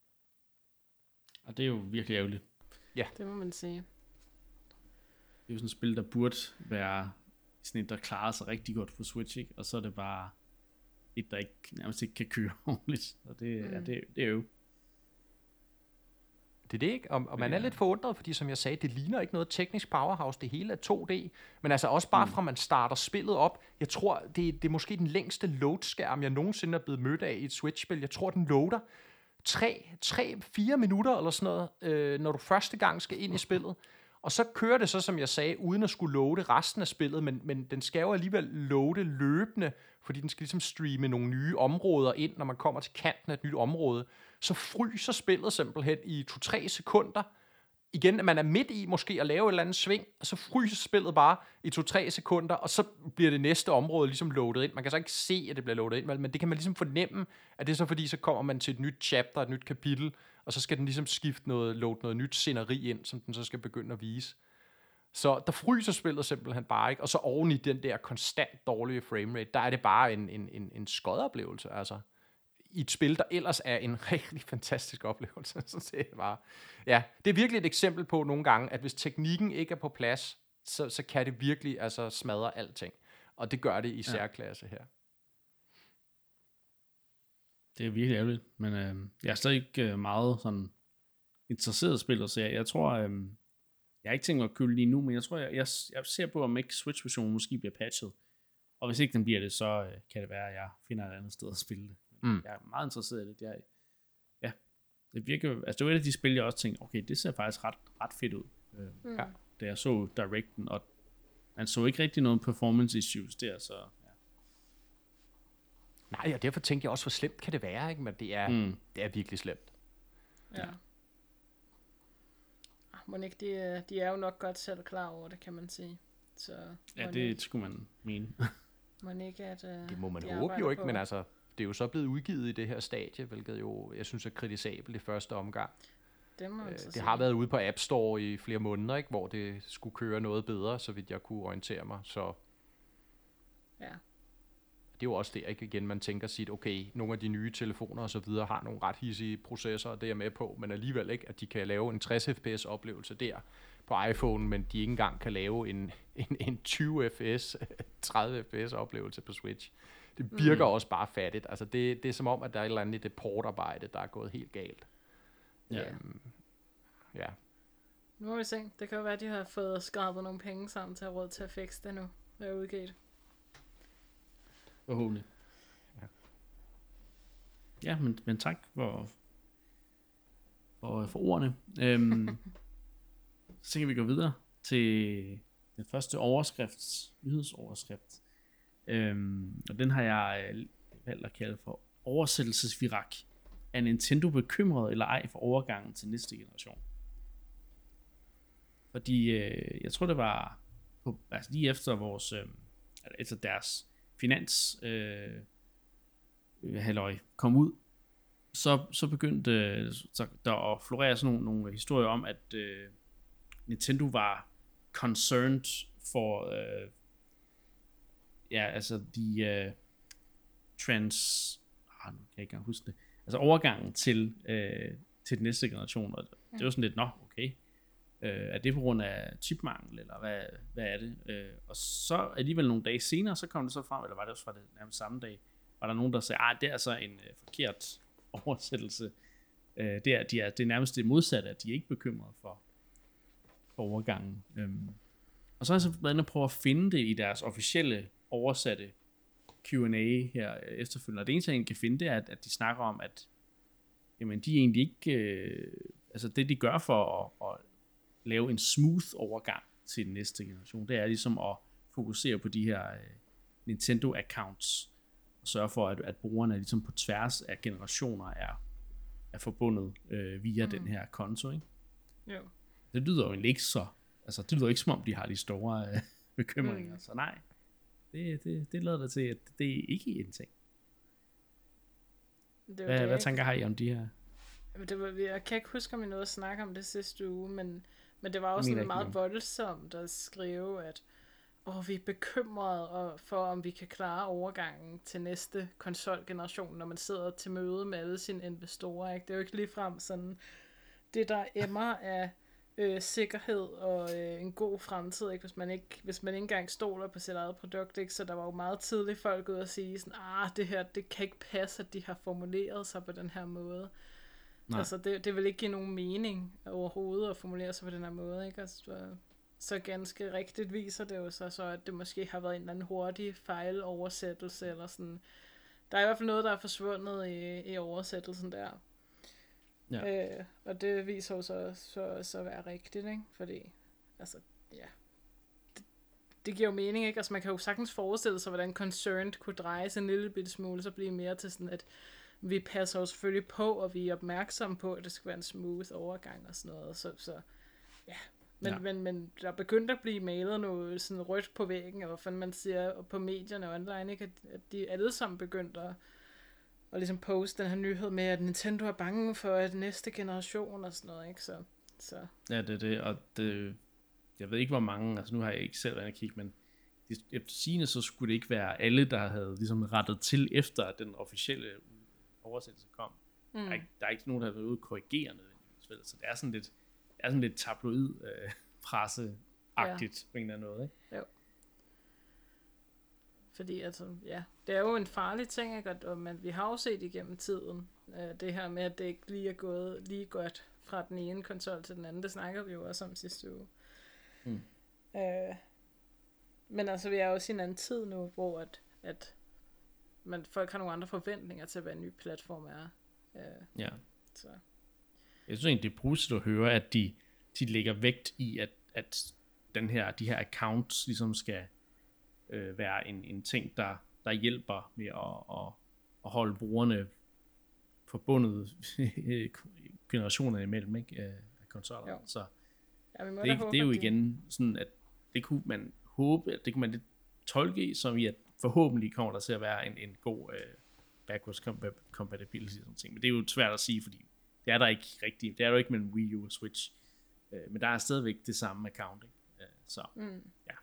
Speaker 1: Og det er jo virkelig ærgerligt.
Speaker 3: Ja. Det må man sige.
Speaker 1: Det er jo sådan et spil, der burde være sådan et, der klarer sig rigtig godt på Switch, ikke? Og så er det bare et, der ikke, nærmest ikke kan køre ordentligt. Og det er jo.
Speaker 2: Det er det ikke, og man er lidt forundret, fordi som jeg sagde, det ligner ikke noget teknisk powerhouse, det hele er 2D, men altså også bare fra man starter spillet op, jeg tror, det er måske den længste load-skærm, jeg nogensinde er blevet mødt af i et Switch-spil. Jeg tror, den loader 3-4 minutter eller sådan noget, når du første gang skal ind i spillet. Og så kører det så, som jeg sagde, uden at skulle loade resten af spillet, men den skal jo alligevel loade løbende, fordi den skal ligesom streame nogle nye områder ind, når man kommer til kanten af et nyt område. Så fryser spillet simpelthen i 2-3 sekunder. Igen, man er midt i måske at lave et eller andet sving, og så fryser spillet bare i 2-3 sekunder, og så bliver det næste område ligesom loadet ind. Man kan så ikke se, at det bliver loadet ind, men det kan man ligesom fornemme, at det er så fordi, så kommer man til et nyt chapter, et nyt kapitel, og så skal den ligesom skifte load noget nyt sceneri ind, som den så skal begynde at vise. Så der fryser spillet simpelthen bare, ikke? Og så oven i den der konstant dårlige framerate, der er det bare en skodoplevelse, altså. I et spil, der ellers er en rigtig fantastisk oplevelse. Så det er bare, ja, det er virkelig et eksempel på nogle gange, at hvis teknikken ikke er på plads, så kan det virkelig altså smadre alting. Og det gør det i særklasse her.
Speaker 1: Det er virkelig ærgerligt, men jeg er stadig ikke meget sådan interesseret spiller, så jeg tror, jeg har ikke tænkt mig at købe lige nu, men jeg tror, jeg ser på, om ikke Switch-versionen måske bliver patchet. Og hvis ikke den bliver det, så kan det være, at jeg finder et andet sted at spille det. Jeg er meget interesseret i det. Det virker, altså det var et af de spil, jeg også tænkte, okay, det ser faktisk ret fedt ud. Da jeg så Directen, og man så ikke rigtig nogen performance issues der, så ja.
Speaker 2: Nej, og derfor tænkte jeg også, hvor slemt kan det være, ikke? Men det er virkelig slemt.
Speaker 3: Ja. Mon ikke, de er jo nok godt selv klar over det, kan man sige. Så,
Speaker 1: ja, det skulle man mene.
Speaker 3: Mon ikke, at
Speaker 2: det må man håbe jo ikke, men altså, det er jo så blevet udgivet i det her stadie, hvilket jo, jeg synes er kritisabelt i første omgang. Det har været ude på App Store i flere måneder, ikke, hvor det skulle køre noget bedre, så vidt jeg kunne orientere mig. Så
Speaker 3: ja.
Speaker 2: Det er jo også der, ikke igen, man tænker sit, okay, nogle af de nye telefoner og så videre har nogle ret hissige processorer, det er jeg med på, men alligevel ikke, at de kan lave en 60 fps oplevelse der på iPhone, men de ikke engang kan lave en 20 fps, 30 fps oplevelse på Switch. det virker også bare fattigt. Altså det er som om, at der er et eller andet i det portarbejde, der er gået helt galt.
Speaker 1: Ja.
Speaker 2: Ja.
Speaker 3: Nu må vi se. Det kan jo være, at de har fået skrabet nogle penge sammen til at have råd til at fikse det nu. Det er udgivet.
Speaker 1: Forhåbentlig. Ja, men tak for ordene. Så kan vi gå videre til den første nyhedsoverskrift. Og den har jeg valgt at kalde for oversættelsesvirak. Er Nintendo bekymret eller ej for overgangen til næste generation? Fordi jeg tror det var lige efter vores efter deres finans halløj kom ud, så begyndte der at florere sådan nogle historier om, at Nintendo var concerned for de nu kan jeg ikke engang huske det, altså overgangen til den næste generation, og det var sådan lidt, okay, er det på grund af chipmangel, eller hvad er det? Og så alligevel nogle dage senere, så kom det så frem, eller var det også fra det nærmest samme dag, var der nogen, der sagde, det er så en forkert oversættelse. Det er nærmest det modsatte, at de er ikke bekymrede for overgangen. Og så har jeg så været inde og prøve at finde det i deres officielle oversatte Q&A her efterfølgende. Og det eneste, jeg kan finde, det er, at de snakker om, at jamen, de egentlig ikke... det, de gør for at lave en smooth overgang til den næste generation, det er ligesom at fokusere på de her Nintendo-accounts, og sørge for, at brugerne ligesom på tværs af generationer er forbundet via den her konto, ikke?
Speaker 3: Jo.
Speaker 1: Det lyder jo ikke så, det lyder ikke som om, de har de store bekymringer, så nej, det lader det til, at det er ikke en ting. Hvad tænker har I om de her?
Speaker 3: Jeg kan ikke huske, om I nåede at snakke om det sidste uge, men det var også sådan meget voldsomt at skrive, at vi er bekymrede for, om vi kan klare overgangen til næste konsolgeneration, når man sidder til møde med alle sine investorer. Ikke? Det er jo ikke ligefrem sådan det, der emmer af sikkerhed og en god fremtid, ikke? Hvis man ikke engang stoler på sit eget produkt, ikke? Så der var jo meget tidligt folk ud og sige sådan, det her, det kan ikke passe, at de har formuleret sig på den her måde. Nej. Altså det vil ikke give nogen mening overhovedet at formulere sig på den her måde, ikke? Altså, så ganske rigtigt viser det jo så, at det måske har været en eller anden hurtig fejloversættelse eller sådan. Der er i hvert fald noget, der er forsvundet i oversættelsen der. Ja. Og det viser jo så at være rigtigt, ikke? Fordi, det giver jo mening, ikke? Altså man kan jo sagtens forestille sig, hvordan concerned kunne drejes en lille bitte smule, så bliver mere til sådan, at vi passer jo selvfølgelig på, og vi er opmærksomme på, at det skal være en smooth overgang og sådan noget, så ja. Men der begyndte at blive malet noget sådan rødt på væggen, og hvorfor man siger på medierne og online, ikke? At de alle sammen begyndte at ligesom poste den her nyhed med, at Nintendo er bange for at næste generation og sådan noget, ikke? Så.
Speaker 1: Ja, det er det, og det, jeg ved ikke hvor mange, nu har jeg ikke selv været at kigge, men efter sigende, så skulle det ikke være alle, der havde ligesom rettet til efter, at den officielle oversættelse kom. Der er ikke nogen, der har været ude korrigere nødvendigvis, så det er sådan lidt tabloid presseagtigt på en eller anden måde, ikke? Jo.
Speaker 3: Fordi det er jo en farlig ting, ikke? Og vi har jo set igennem tiden, det her med, at det ikke lige er gået lige godt fra den ene konsol til den anden. Det snakker vi jo også om sidste uge. Men vi er også i en anden tid nu, hvor at folk har nogle andre forventninger til, hvad en ny platform er.
Speaker 1: Ja. Så. Jeg synes egentlig, det er positivt at høre, at de lægger vægt i, at de her accounts ligesom skal være en ting, der hjælper med at holde brugerne forbundet generationerne imellem, ikke, af konsoller. Så det er jo igen sådan, at det kunne man håbe, at det kunne man lidt tolke i, som i at forhåbentlig kommer der til at være en god backwards compatibility og sådan ting. Men det er jo svært at sige, fordi det er der ikke rigtigt. Det er jo ikke mellem Wii U og Switch. Men der er stadigvæk det samme accounting. Så, ja.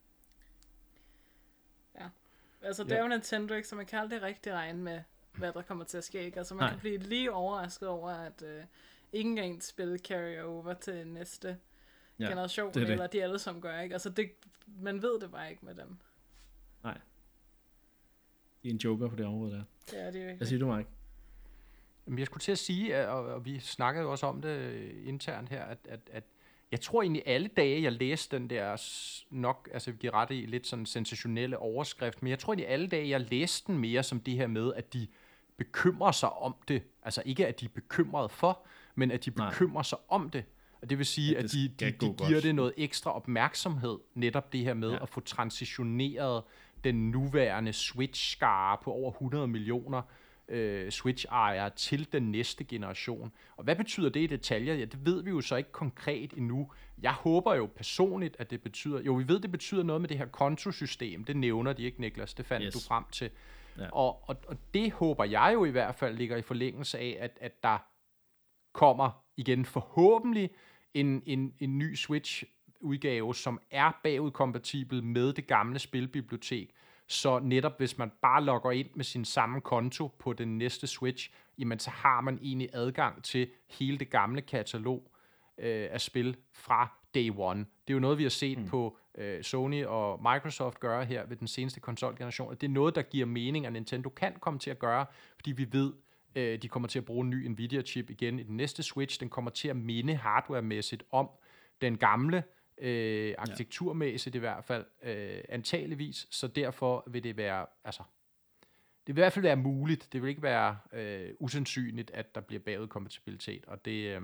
Speaker 3: Ja. Altså, det er jo Nintendo, ikke? Så man kan aldrig rigtig regne med, hvad der kommer til at ske, ikke? Altså, man kan blive lige overrasket over, at ikke engang spil carry over til næste generation, det. Eller de alle som gør, ikke? Altså, man ved det bare ikke med dem.
Speaker 1: Nej. Det er en joker på det område der.
Speaker 3: Det er det jo ikke.
Speaker 1: Hvad siger du, Mike?
Speaker 2: Men jeg skulle til at sige, og vi snakkede jo også om det internt her, at jeg tror egentlig alle dage, jeg læste den der nok, altså vi giver ret i lidt sådan sensationelle overskrift, men jeg tror egentlig alle dage, jeg læste den mere som det her med, at de bekymrer sig om det. Altså ikke, at de er bekymrede for, men at de bekymrer sig om det. Og det vil sige, at de giver det noget ekstra opmærksomhed, netop det her med at få transitioneret den nuværende Switch-skare på over 100 millioner Switch-ejere til den næste generation. Og hvad betyder det i detaljer? Ja, det ved vi jo så ikke konkret endnu. Jeg håber jo personligt, at det betyder... Jo, vi ved, det betyder noget med det her kontosystem. Det nævner de ikke, Niklas. Det fandt du frem til. Ja. Og det håber jeg jo i hvert fald ligger i forlængelse af, at der kommer igen forhåbentlig en ny Switch-udgave, som er bagudkompatibel med det gamle spilbibliotek. Så netop hvis man bare logger ind med sin samme konto på den næste Switch, jamen så har man egentlig adgang til hele det gamle katalog af spil fra day one. Det er jo noget, vi har set på Sony og Microsoft gøre her ved den seneste konsolgeneration, og det er noget, der giver mening, at Nintendo kan komme til at gøre, fordi vi ved, de kommer til at bruge en ny Nvidia-chip igen i den næste Switch. Den kommer til at minde hardware-mæssigt om den gamle, arkitekturmæssigt i hvert fald, antageligvis, så derfor vil det være, altså, det vil i hvert fald være muligt, det vil ikke være usandsynligt, at der bliver bagudkompatibilitet, og det,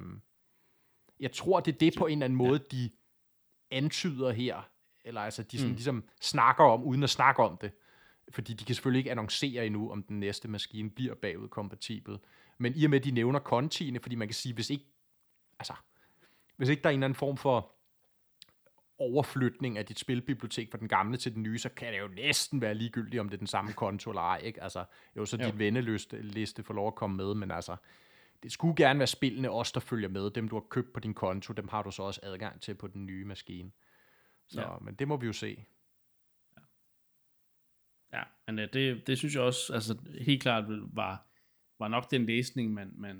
Speaker 2: jeg tror, det er det på en eller anden måde, de antyder her, eller altså, de sådan, ligesom snakker om, uden at snakke om det, fordi de kan selvfølgelig ikke annoncere endnu, om den næste maskine bliver bagudkompatibel, men i og med, at de nævner kontiene, fordi man kan sige, hvis ikke der er en eller anden form for overflytning af dit spilbibliotek fra den gamle til den nye, så kan det jo næsten være ligegyldigt, om det er den samme konto eller ej, ikke? Altså, så dit venneliste får lov at komme med, men altså, det skulle gerne være spillene også, der følger med. Dem, du har købt på din konto, dem har du så også adgang til på den nye maskine. Så, men det må vi jo se.
Speaker 1: Ja, men det synes jeg også, altså helt klart var nok den læsning,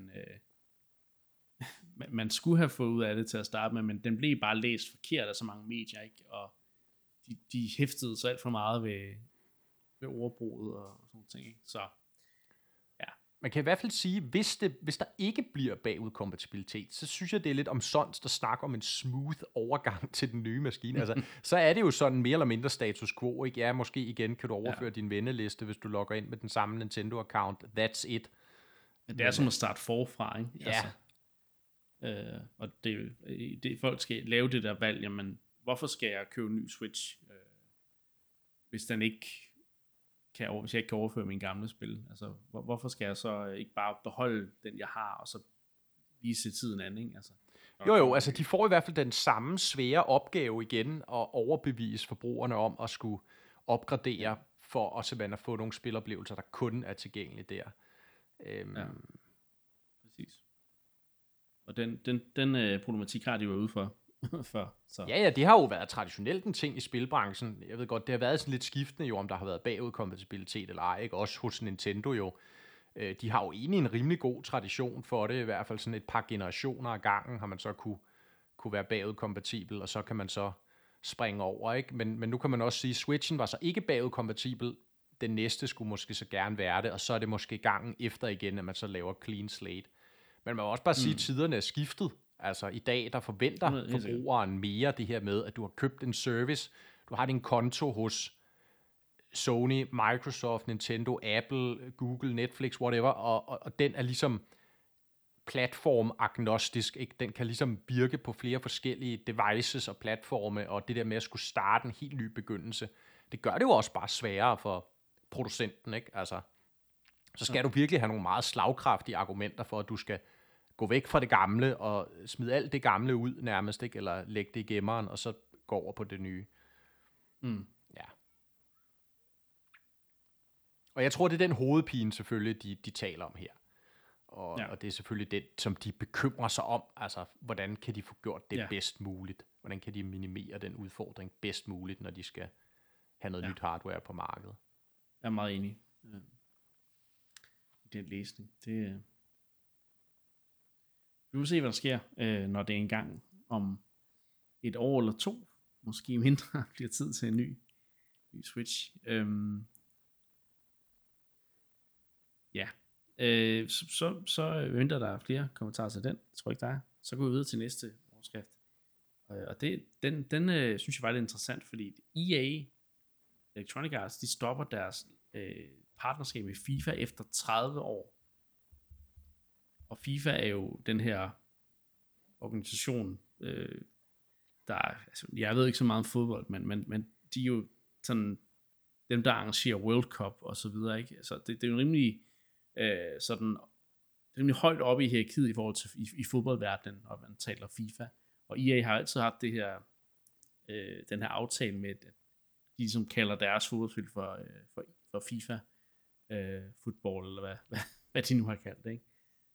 Speaker 1: man skulle have fået ud af det til at starte med, men den blev bare læst forkert af så mange medier, ikke? Og de hæftede så alt for meget ved ordbruget og sådan nogle ting, ikke? Så ja.
Speaker 2: Man kan i hvert fald sige, hvis der ikke bliver bagudkompatibilitet, så synes jeg, det er lidt omsonst at snakke om en smooth overgang til den nye maskine. Altså, så er det jo sådan mere eller mindre status quo, ikke? Ja, måske igen kan du overføre din venneliste, hvis du logger ind med den samme Nintendo-account. That's it.
Speaker 1: Det er som at starte forfra, ikke?
Speaker 2: Ja.
Speaker 1: Altså, og det folk skal lave det der valg, jamen, hvorfor skal jeg købe en ny Switch, hvis den ikke hvis jeg ikke kan overføre min gamle spil? Altså, hvorfor skal jeg så ikke bare beholde den, jeg har, og så vise tiden anden, ikke? Altså,
Speaker 2: jo, altså de får i hvert fald den samme svære opgave igen, at overbevise forbrugerne om at skulle opgradere, for også simpelthen at få nogle spiloplevelser, der kun er tilgængelige der.
Speaker 1: Ja, præcis. Og den problematik har de jo ude for før. Så.
Speaker 2: Ja, det har jo været traditionelt en ting i spilbranchen. Jeg ved godt, det har været sådan lidt skiftende jo, om der har været bagudkompatibilitet eller ej, ikke? Også hos Nintendo jo. De har jo egentlig en rimelig god tradition for det, i hvert fald sådan et par generationer af gangen har man så kunne være bagudkompatibel, og så kan man så springe over, ikke? Men nu kan man også sige, at Switchen var så ikke bagudkompatibel, den næste skulle måske så gerne være det, og så er det måske gangen efter igen, at man så laver clean slate. Men man må også bare sige, at tiderne er skiftet. Altså i dag, der forventer forbrugeren mere det her med, at du har købt en service, du har din konto hos Sony, Microsoft, Nintendo, Apple, Google, Netflix, whatever, og den er ligesom platform-agnostisk, ikke? Den kan ligesom virke på flere forskellige devices og platforme, og det der med at skulle starte en helt ny begyndelse, det gør det jo også bare sværere for producenten, ikke? Altså, så skal du virkelig have nogle meget slagkraftige argumenter for, at du skal gå væk fra det gamle og smide alt det gamle ud nærmest, ikke? Eller lægge det i gemmeren, og så gå over på det nye. Ja. Og jeg tror, det er den hovedpine selvfølgelig, de taler om her. Og det er selvfølgelig den, som de bekymrer sig om. Altså, hvordan kan de få gjort det bedst muligt? Hvordan kan de minimere den udfordring bedst muligt, når de skal have noget nyt hardware på markedet?
Speaker 1: Jeg er meget enig i den læsning. Vi vil se, hvad der sker, når det engang om et år eller to, måske mindre, bliver tid til en ny Switch. Så venter der flere kommentarer til den. Jeg tror ikke, der er. Så går vi videre til næste overskrift. Og den synes jeg var lidt interessant, fordi EA, Electronic Arts, de stopper deres partnerskab med FIFA efter 30 år. Og FIFA er jo den her organisation, der altså, jeg ved ikke så meget om fodbold, men de er jo sådan dem, der arrangerer World Cup og så videre, ikke? Så det er jo rimelig sådan rimelig højt oppe i hierarkiet i forhold til i fodboldverdenen, når man taler FIFA. Og EA har altid haft det her den her aftale med, at de som kalder deres fodboldspil for FIFA football, eller hvad de nu har kaldt det, ikke?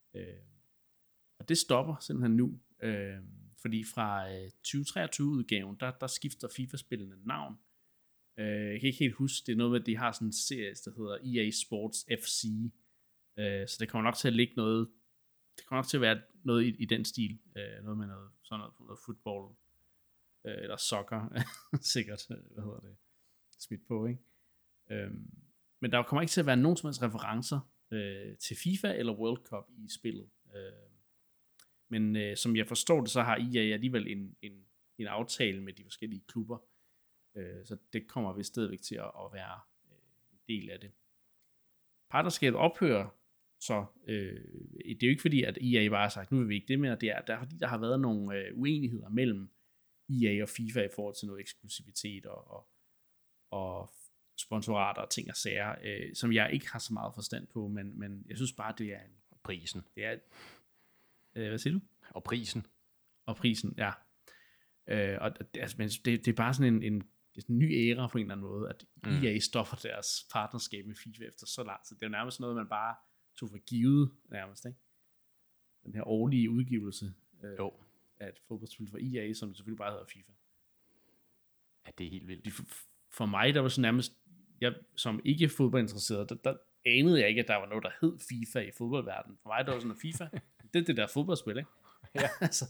Speaker 1: Og det stopper simpelthen nu, fordi fra 2023-udgaven, der skifter FIFA-spillene navn. Jeg kan ikke helt huske, det er noget med, at de har sådan en serie, der hedder EA Sports FC, så det kommer nok til at ligge noget, det kommer nok til at være noget i den stil, noget med noget, sådan noget football, eller soccer, sikkert, hvad hedder det, smidt på, ikke? Men der kommer ikke til at være nogen som helst referencer til FIFA eller World Cup i spillet. Men som jeg forstår det, så har EA alligevel en aftale med de forskellige klubber. Så det kommer vist stadigvæk til at være en del af det. Partnerskabet ophører, så det er jo ikke fordi, at EA bare har sagt, nu vil vi ikke det mere. Det er fordi, der har været nogle uenigheder mellem EA og FIFA i forhold til noget eksklusivitet og sponsorater og ting og sager, som jeg ikke har så meget forstand på, men jeg synes bare, det er
Speaker 2: prisen.
Speaker 1: Det er hvad siger du?
Speaker 2: Og prisen, ja.
Speaker 1: Det er bare sådan en ny æra på en eller anden måde, at EA stopper deres partnerskab med FIFA efter så lang tid. Det er jo nærmest noget, man bare tog for givet, nærmest, ikke? Den her årlige udgivelse af et fodboldspil for EA, som selvfølgelig bare hedder FIFA.
Speaker 2: Ja, det er helt vildt.
Speaker 1: For mig, der var så nærmest, jeg som ikke fodboldinteresseret, der anede jeg ikke, at der var noget, der hed FIFA i fodboldverdenen. For mig, der var sådan, at FIFA, det er det der fodboldspil, ikke?
Speaker 2: Ja.
Speaker 1: Altså.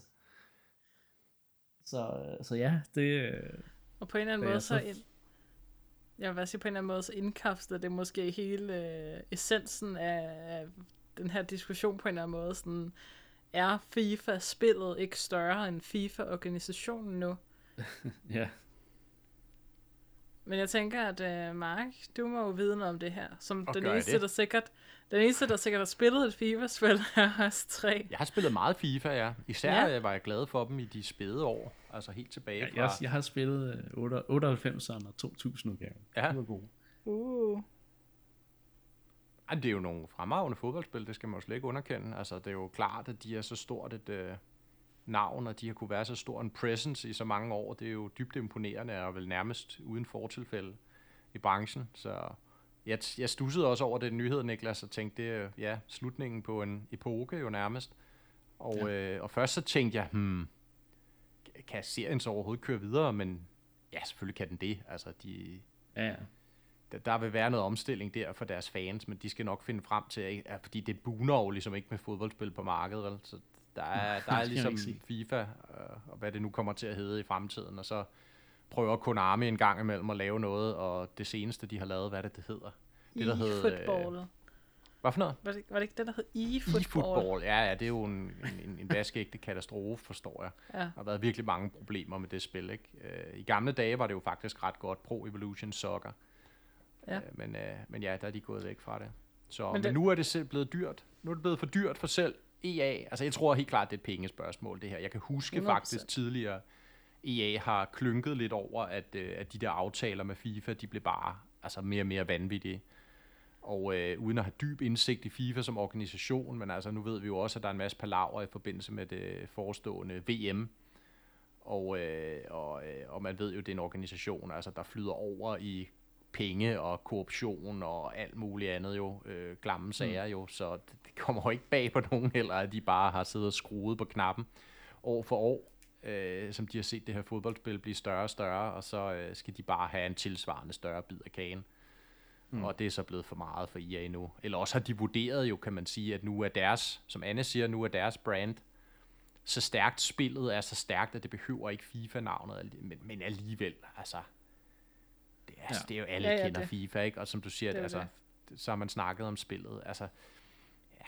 Speaker 1: Så ja, det...
Speaker 3: Og på en eller anden måde, på en eller anden måde, så indkapsler det måske hele essensen af den her diskussion på en eller anden måde. Sådan, er FIFA-spillet ikke større end FIFA-organisationen nu?
Speaker 1: Ja.
Speaker 3: Men jeg tænker, at Mark, du må jo vide noget om det her. Som
Speaker 2: Og
Speaker 3: den
Speaker 2: gør jeg
Speaker 3: eneste,
Speaker 2: det?
Speaker 3: den eneste, der sikkert har spillet et FIFA-spil, er os tre.
Speaker 2: Jeg har spillet meget FIFA, ja. Især var jeg glad for dem i de spæde år. Altså helt tilbage fra...
Speaker 1: Jeg har spillet 98'erne og 2000 udgaven.
Speaker 2: Ja.
Speaker 1: Det var gode.
Speaker 2: Ej, det er jo nogle fremragende fodboldspil, det skal man jo slet ikke underkende. Altså, det er jo klart, at de er så stort et navn, og de har kunne være så stor en presence i så mange år. Det er jo dybt imponerende, og vel nærmest uden fortilfælde i branchen. Så jeg stussede også over den nyhed, Niklas, og tænkte, det er slutningen på en epoke jo nærmest. Og først så tænkte jeg, kan serien så overhovedet køre videre? Men ja, selvfølgelig kan den det. Altså, der vil være noget omstilling der for deres fans, men de skal nok finde frem til, fordi det buner jo ligesom ikke med fodboldspil på markedet, vel? Så der er ligesom FIFA, og hvad det nu kommer til at hedde i fremtiden, og så prøver Konami en gang imellem at lave noget, og det seneste, de har lavet, hvad det hedder? Det, der
Speaker 3: E-football.
Speaker 2: Hvad for noget?
Speaker 3: Var det ikke det, der hed E-football?
Speaker 2: E-football, ja, det er jo en vaskeægte katastrofe, forstår jeg.
Speaker 3: Ja.
Speaker 2: Der har været virkelig mange problemer med det spil, ikke? I gamle dage var det jo faktisk ret godt, Pro Evolution Soccer.
Speaker 3: Ja.
Speaker 2: Men ja, der er de gået væk fra det. Men nu er det selv blevet dyrt. Nu er det blevet for dyrt for selv EA. Altså, jeg tror helt klart, det er et pengespørgsmål, det her. Jeg kan huske 100%. Faktisk tidligere, EA har klynket lidt over, at de der aftaler med FIFA, de blev bare mere og mere vanvittige. Og uden at have dyb indsigt i FIFA som organisation, men altså nu ved vi jo også, at der er en masse palaver i forbindelse med det forestående VM. Og man ved jo, det er en organisation, altså der flyder over i penge og korruption og alt muligt andet jo, glamme sager jo, så det kommer jo ikke bag på nogen heller, at de bare har siddet og skruet på knappen år for år, som de har set det her fodboldspil blive større og større, og så skal de bare have en tilsvarende større bid af kagen. Og det er så blevet for meget for EA nu. Eller også har de vurderet jo, kan man sige, at nu er deres, som Anne siger, nu er deres brand så stærkt, spillet er så stærkt, at det behøver ikke FIFA-navnet, men alligevel, altså det er jo alle kender FIFA, ikke? Og som du siger, så har man snakket om spillet. Altså,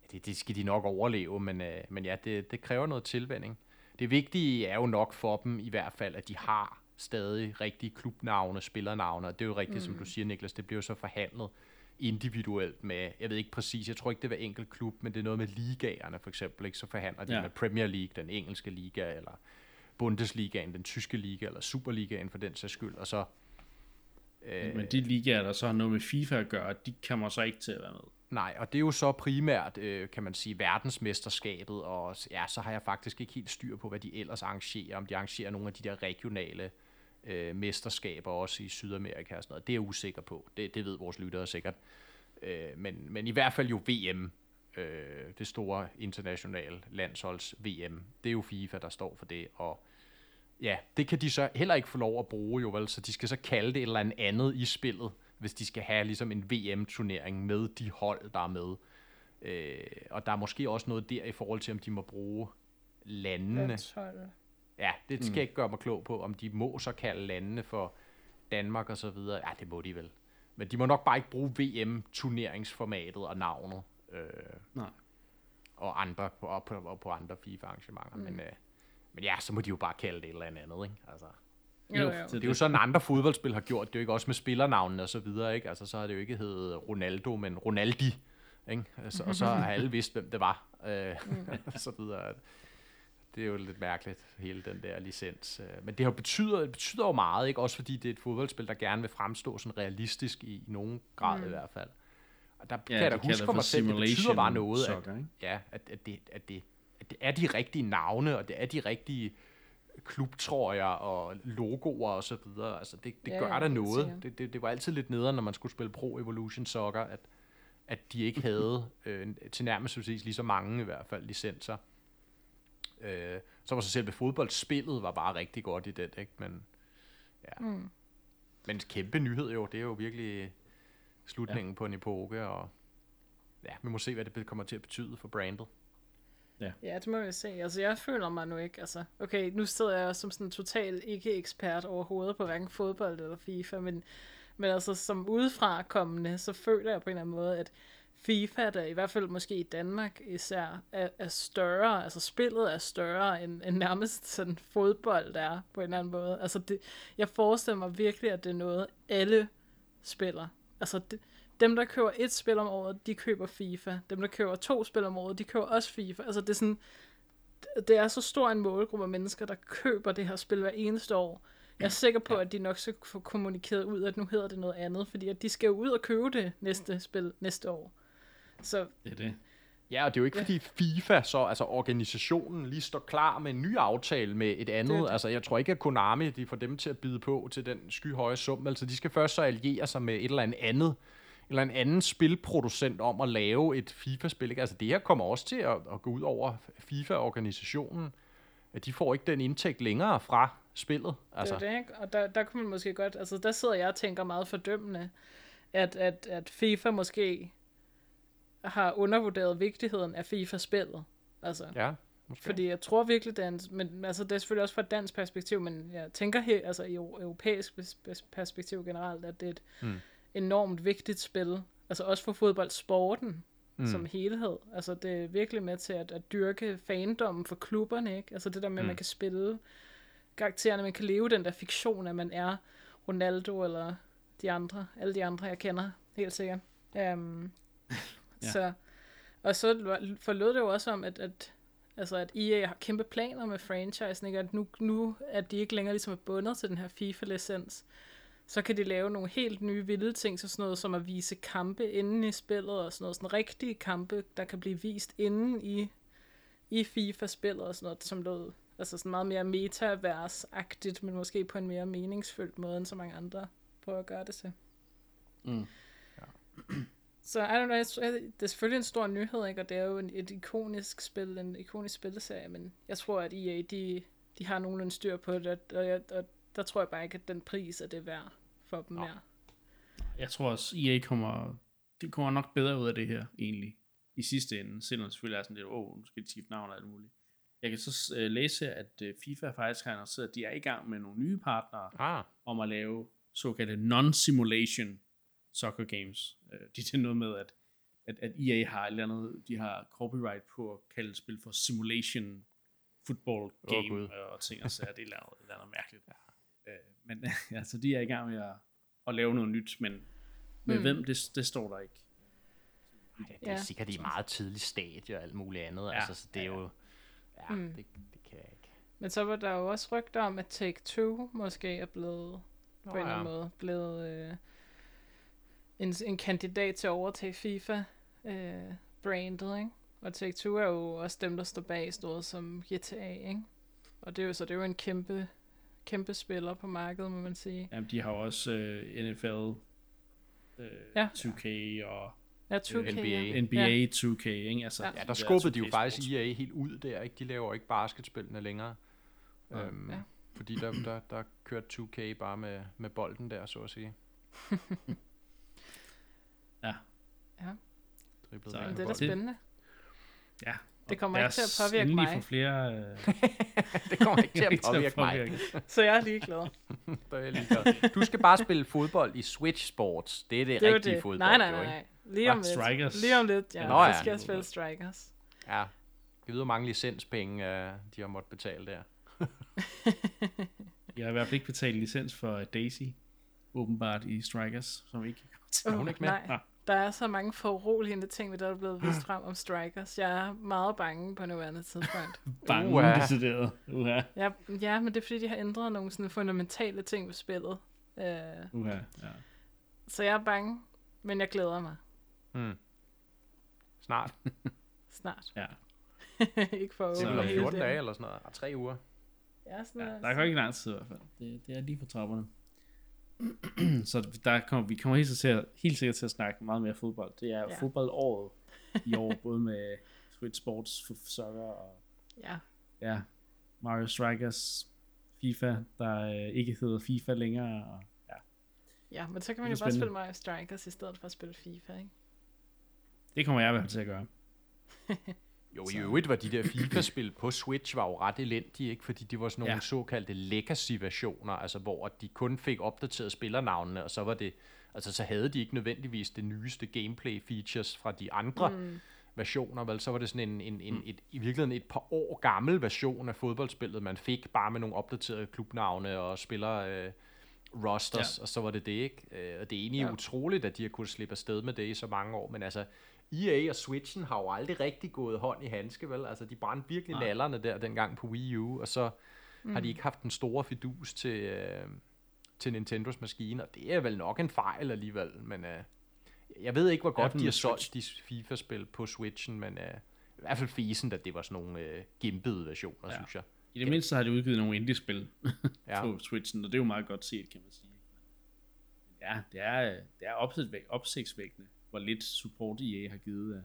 Speaker 2: det skal de nok overleve, men ja, det kræver noget tilvænning. Det vigtige er jo nok for dem i hvert fald, at de har stadig rigtige klubnavne, spillernavne, og det er jo rigtigt, som du siger, Niklas, det bliver jo så forhandlet individuelt med, jeg ved ikke præcis, jeg tror ikke, det er hver enkelt klub, men det er noget med ligaerne for eksempel, ikke? Så forhandler de med Premier League, den engelske liga, eller Bundesligaen, den tyske liga, eller Superligaen for den sags skyld, og så...
Speaker 1: Men de ligaer, der så har noget med FIFA at gøre, de kommer så ikke til at være med.
Speaker 2: Nej, og det er jo så primært, kan man sige, verdensmesterskabet, og ja, så har jeg faktisk ikke helt styr på, hvad de ellers arrangerer, om de arrangerer nogle af de der regionale mesterskaber også i Sydamerika og sådan noget. Det er jeg usikker på. Det ved vores lyttere sikkert. Men i hvert fald jo VM, det store internationale landsholds VM, det er jo FIFA, der står for det, og ja, det kan de så heller ikke få lov at bruge, jo vel, så de skal så kalde det et eller andet i spillet, hvis de skal have ligesom en VM-turnering med de hold, der er med. Og der er måske også noget der i forhold til, om de må bruge landene. Ja, det skal jeg ikke gøre mig klog på, om de må så kalde landene for Danmark og så videre. Ja, det må de vel. Men de må nok bare ikke bruge VM-turneringsformatet og navnet.
Speaker 1: Nej.
Speaker 2: Og andre på andre FIFA-arrangementer. Men ja, så må de jo bare kalde det et eller andet, ikke? Altså.
Speaker 3: Jo.
Speaker 2: Det er jo sådan, andre fodboldspil har gjort. Det er jo ikke også med spillernavnene og så videre, ikke? Altså, så har det jo ikke heddet Ronaldo, men Ronaldi, ikke? Altså, og så har alle vidst, hvem det var. Så videre. Det er jo lidt mærkeligt, hele den der licens. Men det betyder jo meget, ikke? Også fordi det er et fodboldspil, der gerne vil fremstå sådan realistisk i nogen grad i hvert fald. Og der kan jeg da huske for mig selv, det betyder bare noget, at det er de rigtige navne, og det er de rigtige klubtrøjer og logoer og så videre. Altså det gør der noget. Det var altid lidt nederen, når man skulle spille Pro Evolution Soccer, at de ikke havde tilnærmelsesvis lige så mange i hvert fald licenser. Så var så selv fodboldspillet var bare rigtig godt i det, ikke? Men ja. Men kæmpe nyhed jo, det er jo virkelig slutningen på en epoke, og ja, vi må se, hvad det kommer til at betyde for brandet.
Speaker 3: Ja, det må vi se. Altså, jeg føler mig nu ikke, altså, okay, nu sidder jeg som sådan en total ikke-ekspert overhovedet på hverken fodbold eller FIFA, men altså, som udefra kommende, så føler jeg på en eller anden måde, at FIFA, der i hvert fald måske i Danmark især, er større, altså spillet er større end nærmest sådan fodbold er på en eller anden måde. Altså, jeg forestiller mig virkelig, at det er noget, alle spiller. Altså, dem, der køber 1 spil om året, de køber FIFA. Dem, der køber 2 spil om året, de køber også FIFA. Altså, det er sådan, det er så stor en målgruppe af mennesker, der køber det her spil hver eneste år. Jeg er sikker på, at de nok skal få kommunikeret ud, at nu hedder det noget andet, fordi at de skal jo ud og købe det næste spil næste år. Så
Speaker 1: det er det.
Speaker 2: Ja, og det er jo ikke fordi FIFA, så altså organisationen lige står klar med en ny aftale med et andet. Det. Altså jeg tror ikke, at Konami, de får dem til at bide på til den skyhøje sum. Altså de skal først så alliere sig med et eller anden spilproducent om at lave et FIFA-spil. Ikke? Altså det her kommer også til at gå ud over FIFA-organisationen. At de får ikke den indtægt længere fra spillet. Altså.
Speaker 3: Det er det, ikke? Og der kunne man måske godt, altså der sidder jeg og tænker meget fordømmende, at FIFA måske har undervurderet vigtigheden af FIFA-spillet. Altså,
Speaker 2: ja, måske.
Speaker 3: Fordi jeg tror virkelig, det er men altså, det er selvfølgelig også fra et dansk perspektiv, men jeg tænker her, altså i europæisk perspektiv generelt, at det er et enormt vigtigt spil. Altså også for fodboldsporten som helhed. Altså det er virkelig med til at dyrke fandommen for klubberne, ikke? Altså det der med, at man kan spille karaktererne, man kan leve den der fiktion, at man er Ronaldo eller alle de andre, jeg kender, helt sikkert. Så, og så forlod det jo også om, at EA har kæmpe planer med franchisen, ikke? At nu at de ikke længere ligesom er bundet til den her FIFA-licens, så kan de lave nogle helt nye vilde ting, så sådan noget som at vise kampe inden i spillet, og sådan noget, sådan rigtige kampe, der kan blive vist inden i FIFA-spillet, og sådan noget, som lød, altså sådan meget mere metavers-agtigt, men måske på en mere meningsfyldt måde, end så mange andre prøver at gøre det til. Så I don't know, det er selvfølgelig en stor nyhed, ikke? Og det er jo et ikonisk spil, en ikonisk spilleserie, men jeg tror, at EA, de har nogenlunde styr på det, og der tror jeg bare ikke, at den pris er det værd for dem mere.
Speaker 1: Jeg tror også, EA kommer nok bedre ud af det her, egentlig, i sidste ende, selvom selvfølgelig er sådan lidt, nu skal de skifte navn og alt muligt. Jeg kan så læse, at FIFA faktisk har annonceret, at de er i gang med nogle nye partnere om at lave såkaldte non-simulation soccer games. Det er noget med, at at EA har et eller andet, de har copyright på at kalde spil for simulation football game og ting og sager. Det er et eller andet mærkeligt. Ja. Men ja, så de er i gang med at lave noget nyt, men med hvem, det står der ikke.
Speaker 2: Ej, det er sikkert i meget tidlig stadie og alt muligt andet. Ja. Altså, så det er jo... Ja, det kan jeg ikke.
Speaker 3: Men så var der jo også rygter om, at Take-Two måske er blevet, på en eller anden måde, blevet en kandidat til at overtage FIFA-brandet, ikke? Og Take-Two er jo også dem, der står bag stået som GTA, ikke? Og det er jo en kæmpe spiller på markedet, må man sige.
Speaker 1: Jamen, de har jo også NFL 2K og
Speaker 3: 2K,
Speaker 1: NBA 2K, ikke? Altså,
Speaker 2: ja, der skubbede de jo faktisk EA helt ud der, ikke? De laver ikke basketspillene længere. Fordi der kørte 2K bare med bolden der, så at sige.
Speaker 3: Ja. Så, det er da spændende.
Speaker 1: Ja.
Speaker 3: Det kommer ikke til at påvirke mig.
Speaker 1: Flere,
Speaker 2: det kommer ikke til at påvirke mig.
Speaker 3: Så jeg er ligeglad.
Speaker 2: Du skal bare spille fodbold i Switch Sports. Det er det rigtige fodbold.
Speaker 3: Nej. Lige om lidt, ja. Så skal jeg spille Strikers.
Speaker 2: Ja. Jeg ved, hvor mange licenspenge de har måttet betale der.
Speaker 1: Jeg har i hvert fald ikke betalt licens for Daisy, åbenbart i Strikers, som ikke kan
Speaker 2: til. Hun ikke med?
Speaker 3: Nej. Der er så mange foruroligende ting, der er blevet vist frem om Strikers. Jeg er meget bange på nuværende tidspunkt.
Speaker 1: Bange, decideret.
Speaker 3: Ja, men det er fordi, de har ændret nogle sådan fundamentale ting ved spillet. Så jeg er bange, men jeg glæder mig. Snart.
Speaker 1: Ja.
Speaker 3: Ikke for
Speaker 2: det er vel 14 dage eller sådan noget. 3 uger.
Speaker 3: Ja, sådan noget.
Speaker 1: Der er ikke lang tid i hvert fald. Det er lige på trapperne. Så vi kommer helt sikkert til at snakke meget mere fodbold. Det er fodboldåret i år, både med Switch Sports, Soccer og Mario Strikers, FIFA, der ikke hedder FIFA længere. Og,
Speaker 3: ja, men så kan man jo bare spille Mario Strikers i stedet for at spille FIFA, ikke?
Speaker 1: Det kommer jeg i hvert fald til at gøre.
Speaker 2: Jo, i øvrigt var de der FIFA-spil på Switch var jo ret elendige, ikke? Fordi de var sådan nogle såkaldte legacy-versioner, altså hvor de kun fik opdateret spillernavnene, og så var det, altså så havde de ikke nødvendigvis det nyeste gameplay-features fra de andre versioner, vel? Så var det sådan i virkeligheden et par år gammel version af fodboldspillet, man fik bare med nogle opdaterede klubnavne og spiller rosters, og så var det ikke? Og det er egentlig utroligt, at de har kunnet slippe afsted med det i så mange år, men altså EA og Switchen har jo aldrig rigtig gået hånd i handske, vel? Altså, de brændte virkelig nallerne der dengang på Wii U, og så har de ikke haft den store fidus til Nintendos maskine, og det er vel nok en fejl alligevel, men jeg ved ikke, hvor godt de har solgt de FIFA-spil på Switchen, men i hvert fald fisen, at det var sådan nogle gimpede versioner, synes jeg.
Speaker 1: I det mindste har de udgivet nogle indie-spil på Switchen, og det er jo meget godt set, kan man sige. Ja, det er opsigtsvækkende, hvor lidt support EA har givet.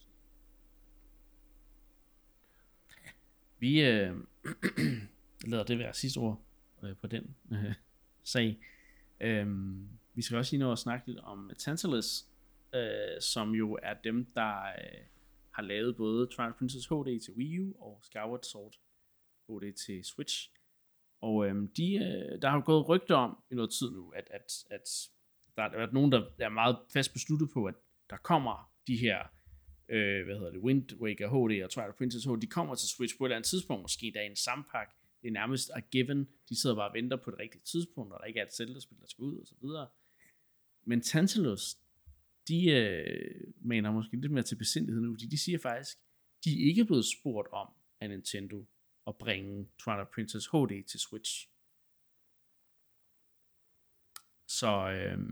Speaker 1: Vi lader det være sidste ord på den sag. Vi skal også lige nå at snakke lidt om Tantalus, som jo er dem, der har lavet både Twilight Princess HD til Wii U og Skyward Sword HD til Switch. Og der har jo gået rygter om i noget tid nu, at der har været nogen, der er meget fast besluttet på, at der kommer de her, Wind Waker HD og Twilight Princess HD, de kommer til Switch på et eller andet tidspunkt, måske der er en sampak, det er nærmest a given, de sidder bare og venter på det rigtige tidspunkt, når der ikke er et Zelda-spil, der skal ud, og så videre. Men Tantalus, de mener måske lidt mere til besindighed nu, fordi de siger faktisk, de er ikke blevet spurgt om af Nintendo at bringe Twilight Princess HD til Switch. Så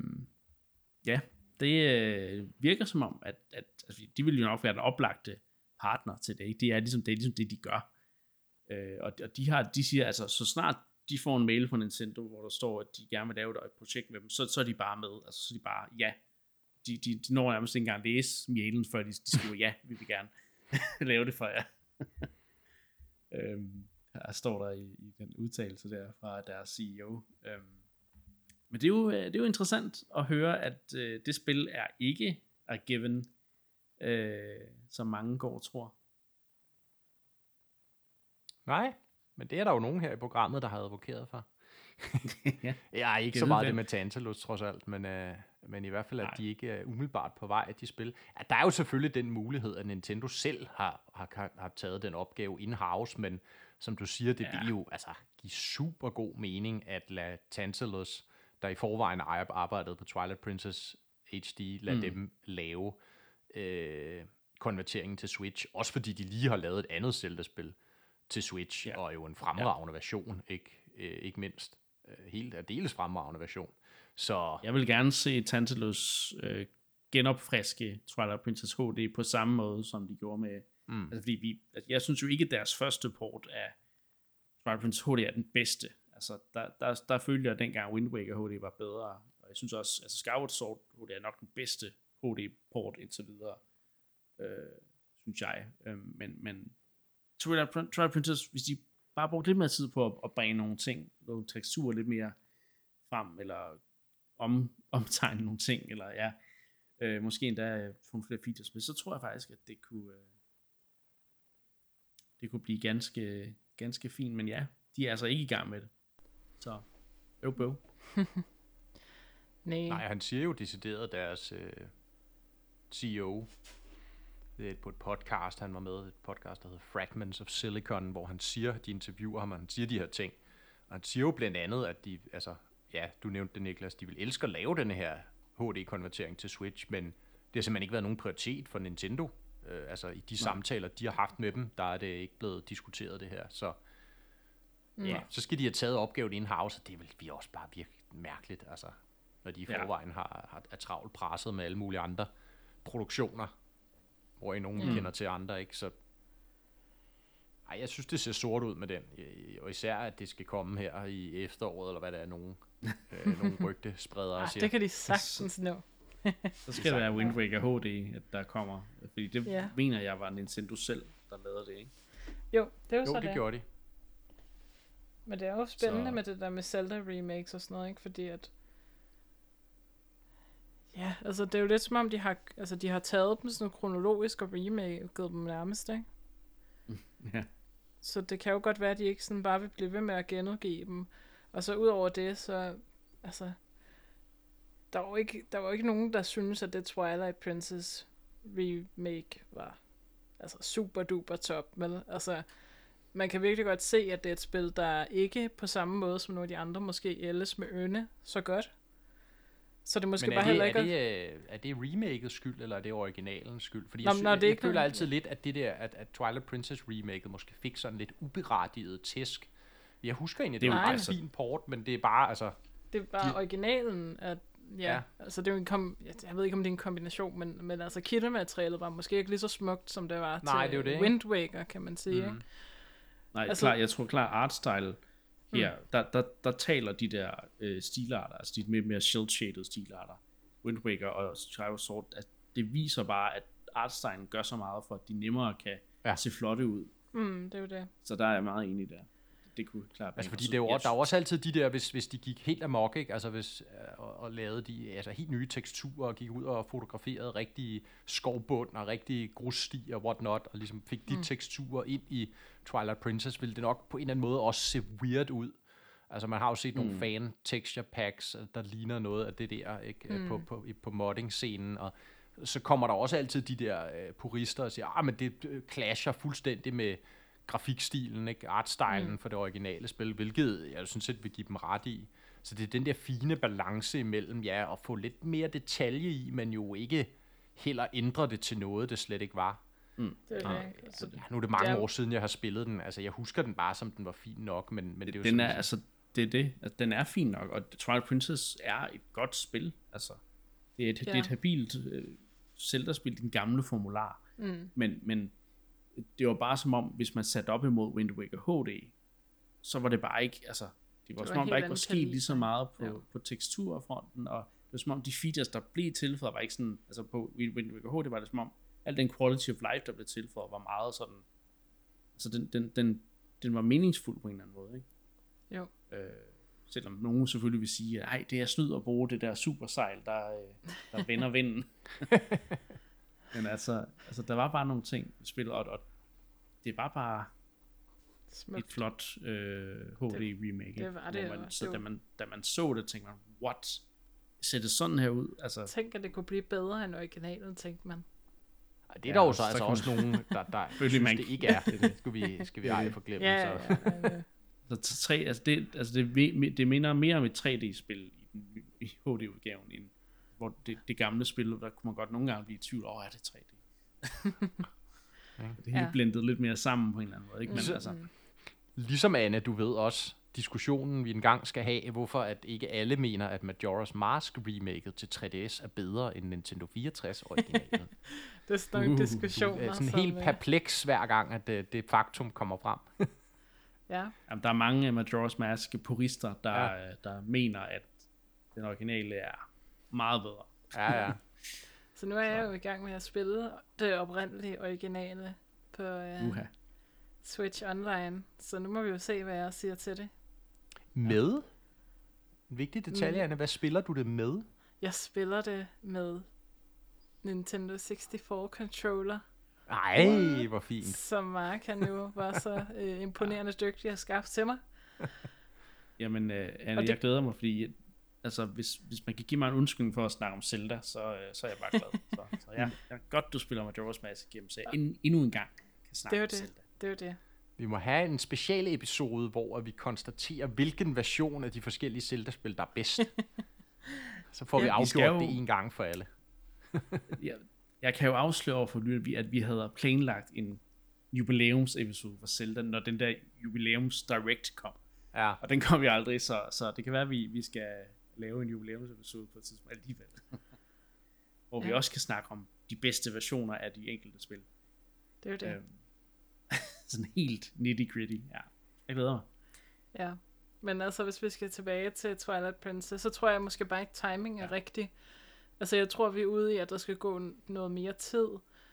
Speaker 1: det virker som om, at altså, de vil jo nok være den oplagte partner til det. Det er ligesom det, de gør. Og de siger, altså, så snart de får en mail fra Nintendo, hvor der står, at de gerne vil lave et projekt med dem, så er de bare med. Altså, så er de bare, de når nærmest ikke engang læse mailen, før de skriver, ja, vi vil gerne lave det for jer. Her står der i den udtalelse der fra deres CEO. Men det er jo interessant at høre, at det spil er ikke a given, som mange går og tror.
Speaker 2: Nej, men det er der jo nogen her i programmet, der har advokeret for. Jeg er ikke så meget det med Tantalus, trods alt, men men i hvert fald, at de ikke er umiddelbart på vej, at de spil. Ja, der er jo selvfølgelig den mulighed, at Nintendo selv har taget den opgave in-house, men som du siger, det vil jo altså give super god mening at lade Tantalus, der i forvejen arbejdede på Twilight Princess HD, lade dem lave konverteringen til Switch, også fordi de lige har lavet et andet Zelda-spil til Switch, og jo en fremragende version, ikke mindst. Helt aldeles fremragende version. Så
Speaker 1: jeg vil gerne se Tantalus genopfriske Twilight Princess HD på samme måde, som de gjorde med... Altså, fordi jeg synes jo ikke, at deres første port af Twilight Princess HD er den bedste. Altså, der følte jeg, at dengang Wind Waker HD var bedre. Og jeg synes også, altså Skyward Sword HD er nok den bedste HD-port indtil videre. Synes jeg. Men Twilight Princess, hvis de bare brugte lidt mere tid på at bringe nogle ting, nogle teksturer lidt mere frem, eller omtegne nogle ting, eller måske endda få nogle flere features med, så tror jeg faktisk, at det kunne blive ganske fint, men ja, de er altså ikke i gang med det. Så, bøv.
Speaker 2: Nej, han siger jo decideret deres CEO, det er på et podcast, han var med, et podcast, der hedder Fragments of Silicon, hvor han siger, de interviewer ham, og han siger de her ting. Og han siger jo blandt andet, at de, altså, ja, du nævnte det, Niklas, de vil elske at lave denne her HD-konvertering til Switch, men det har simpelthen ikke været nogen prioritet for Nintendo. Altså i de samtaler, de har haft med dem, der er det ikke blevet diskuteret det her. Så ja, så skal de have taget opgaven in-house, og det vil vi også bare virkelig mærkeligt, altså, når de i forvejen er travlt presset med alle mulige andre produktioner, hvor i nogen kender til andre, ikke? Så jeg synes, det ser sort ud med den, og især, at det skal komme her i efteråret, eller hvad det er, nogle rygte spreder og siger.
Speaker 3: Det kan de sagtens nå.
Speaker 1: Så skal det være Wind Waker HD, at der kommer, fordi det mener jeg var Nintendo selv, der lavede det, ikke?
Speaker 3: Jo, det er jo så
Speaker 2: det. Gjorde de.
Speaker 3: Men det er jo spændende med det der med Zelda remakes og sådan noget, ikke? Fordi at ja, altså det er jo lidt som om de har taget dem sådan kronologisk og remaket dem nærmest, ikke?
Speaker 1: Ja.
Speaker 3: Så det kan jo godt være, at de ikke sådan bare vil blive ved med at genudgive dem. Og så ud over det, så altså der var jo ikke nogen, der synes, at det Twilight Princess remake var altså super duper top, men altså man kan virkelig godt se, at det er et spil, der ikke på samme måde som nogle af de andre måske ældes med ynde så godt. Så det måske
Speaker 2: men
Speaker 3: bare heller ikke...
Speaker 2: er det remakets skyld, eller er det originalens skyld? Fordi jeg føler altid lidt, at det der, at Twilight Princess remaket måske fik sådan lidt uberettiget tæsk. Jeg husker egentlig, det var en fin port, men det er bare, altså...
Speaker 3: Det er bare originalen, at altså det er jo jeg ved ikke, om det er en kombination, men altså kittermaterialet var måske ikke lige så smukt, som det var til Wind Waker, kan man sige, ikke?
Speaker 1: Nej, altså, jeg tror klart artstyle her, der taler de der stilarter, altså de lidt mere shell-shaded stilarter, Wind Waker og Skyward Sword, at det viser bare, at artstylen gør så meget for, at de nemmere kan se flotte ud.
Speaker 3: Det er jo det.
Speaker 1: Så der er jeg meget enig der. Det kunne klart.
Speaker 2: Altså fordi der er jo også altid de der, hvis de gik helt amok, ikke? Altså hvis og lavede de altså helt nye teksturer og gik ud og fotograferede rigtig skovbund og rigtig grussti og whatnot, og ligesom fik de teksturer ind i Twilight Princess, ville det nok på en eller anden måde også se weird ud. Altså man har jo set nogle fan texture packs, der ligner noget af det der, ikke? På modding-scenen, og så kommer der også altid de der purister og siger, men det clasher fuldstændig med grafikstilen, ikke? Artstylen for det originale spil, hvilket jeg synes set vil give dem ret i. Så det er den der fine balance imellem, at få lidt mere detalje i, men jo ikke heller ændre det til noget, det slet ikke var.
Speaker 3: Det er
Speaker 2: nu er det mange år siden, jeg har spillet den. Altså, jeg husker den bare, som den var fin nok, men det er jo
Speaker 1: den er, altså, det er det. Altså, den er fin nok, og Twilight Princess er et godt spil. Altså, det er et habilt Zelda-spil, den gamle formular. Men det var bare som om, hvis man satte op imod Wind Waker HD, så var det bare ikke, altså, det var som om, der ikke var sket lige så meget på teksturfronten, og det var som om, de features, der blev tilføjet, var ikke sådan, altså på Wind Waker HD, var det som om, al den quality of life, der blev tilføjet, var meget sådan, altså den var meningsfuld på en eller anden måde, ikke?
Speaker 3: Jo.
Speaker 1: Selvom nogen selvfølgelig vil sige, at det er snyd at bruge det der supersejl, der vender vinden. Men altså, der var bare nogle ting i spillet, og det var bare smukt. Et flot HD remake.
Speaker 3: Det var det.
Speaker 1: Så da man så det, tænkte man, what? ser det sådan her ud? Altså,
Speaker 3: Tænk, at det kunne blive bedre end originalen, tænkte man.
Speaker 2: Det er der jo så altså også nogen, der synes, det ikke er. Skal vi ej forglemme.
Speaker 3: Ja.
Speaker 1: Så 3, det minder mere om et 3D-spil i HD-udgaven, end hvor det gamle spil, der kunne man godt nogle gange blive i tvivl over, er det 3D? Det hele blendet lidt mere sammen på en eller anden måde, ikke? Men altså...
Speaker 2: Ligesom Anne, du ved også, diskussionen vi engang skal have, hvorfor at ikke alle mener, at Majora's Mask remaket til 3DS er bedre end Nintendo 64 originalen.
Speaker 3: Det er sådan nogle diskussioner.
Speaker 2: Det er sådan helt perpleks hver gang, at det faktum kommer frem.
Speaker 3: Ja.
Speaker 1: Jamen, der er mange Majora's Mask purister, der mener, at den originale er meget bedre.
Speaker 2: Ja.
Speaker 3: Så nu er jeg jo i gang med at spille det oprindelige originale på Switch Online. Så nu må vi jo se, hvad jeg siger til det.
Speaker 2: Med? En vigtig detalje, Anne. Hvad spiller du det med?
Speaker 3: Jeg spiller det med Nintendo 64 controller.
Speaker 2: Ej, hvor fint.
Speaker 3: Som Mark han nu var så imponerende dygtig at skaffe til mig.
Speaker 1: Jamen, Anne, jeg glæder mig, fordi altså, hvis man kan give mig en undskyldning for at snakke om Zelda, så er jeg bare glad. Så jeg er godt, du spiller Majora's Mask igennem, så jeg endnu en gang kan snakke om Zelda.
Speaker 3: Det er jo det.
Speaker 2: Vi må have en special episode, hvor vi konstaterer, hvilken version af de forskellige Zelda-spil, der er bedst. Så får vi afgjort det en gang for alle.
Speaker 1: Jeg kan jo afsløre over for lytterne, at vi havde planlagt en jubilæumsepisode for Zelda, når den der jubilæums Direct kom.
Speaker 2: Ja.
Speaker 1: Og den kom jo aldrig, så det kan være, at vi skal lave en jubilæumsepisode på et tidspunkt alligevel. Hvor vi også kan snakke om de bedste versioner af de enkelte spil.
Speaker 3: Det er jo det.
Speaker 1: Sådan helt nitty-gritty. Ja, jeg glæder mig.
Speaker 3: Ja, men altså hvis vi skal tilbage til Twilight Princess, så tror jeg måske bare ikke timing er rigtig. Altså jeg tror vi er ude i, at der skal gå noget mere tid.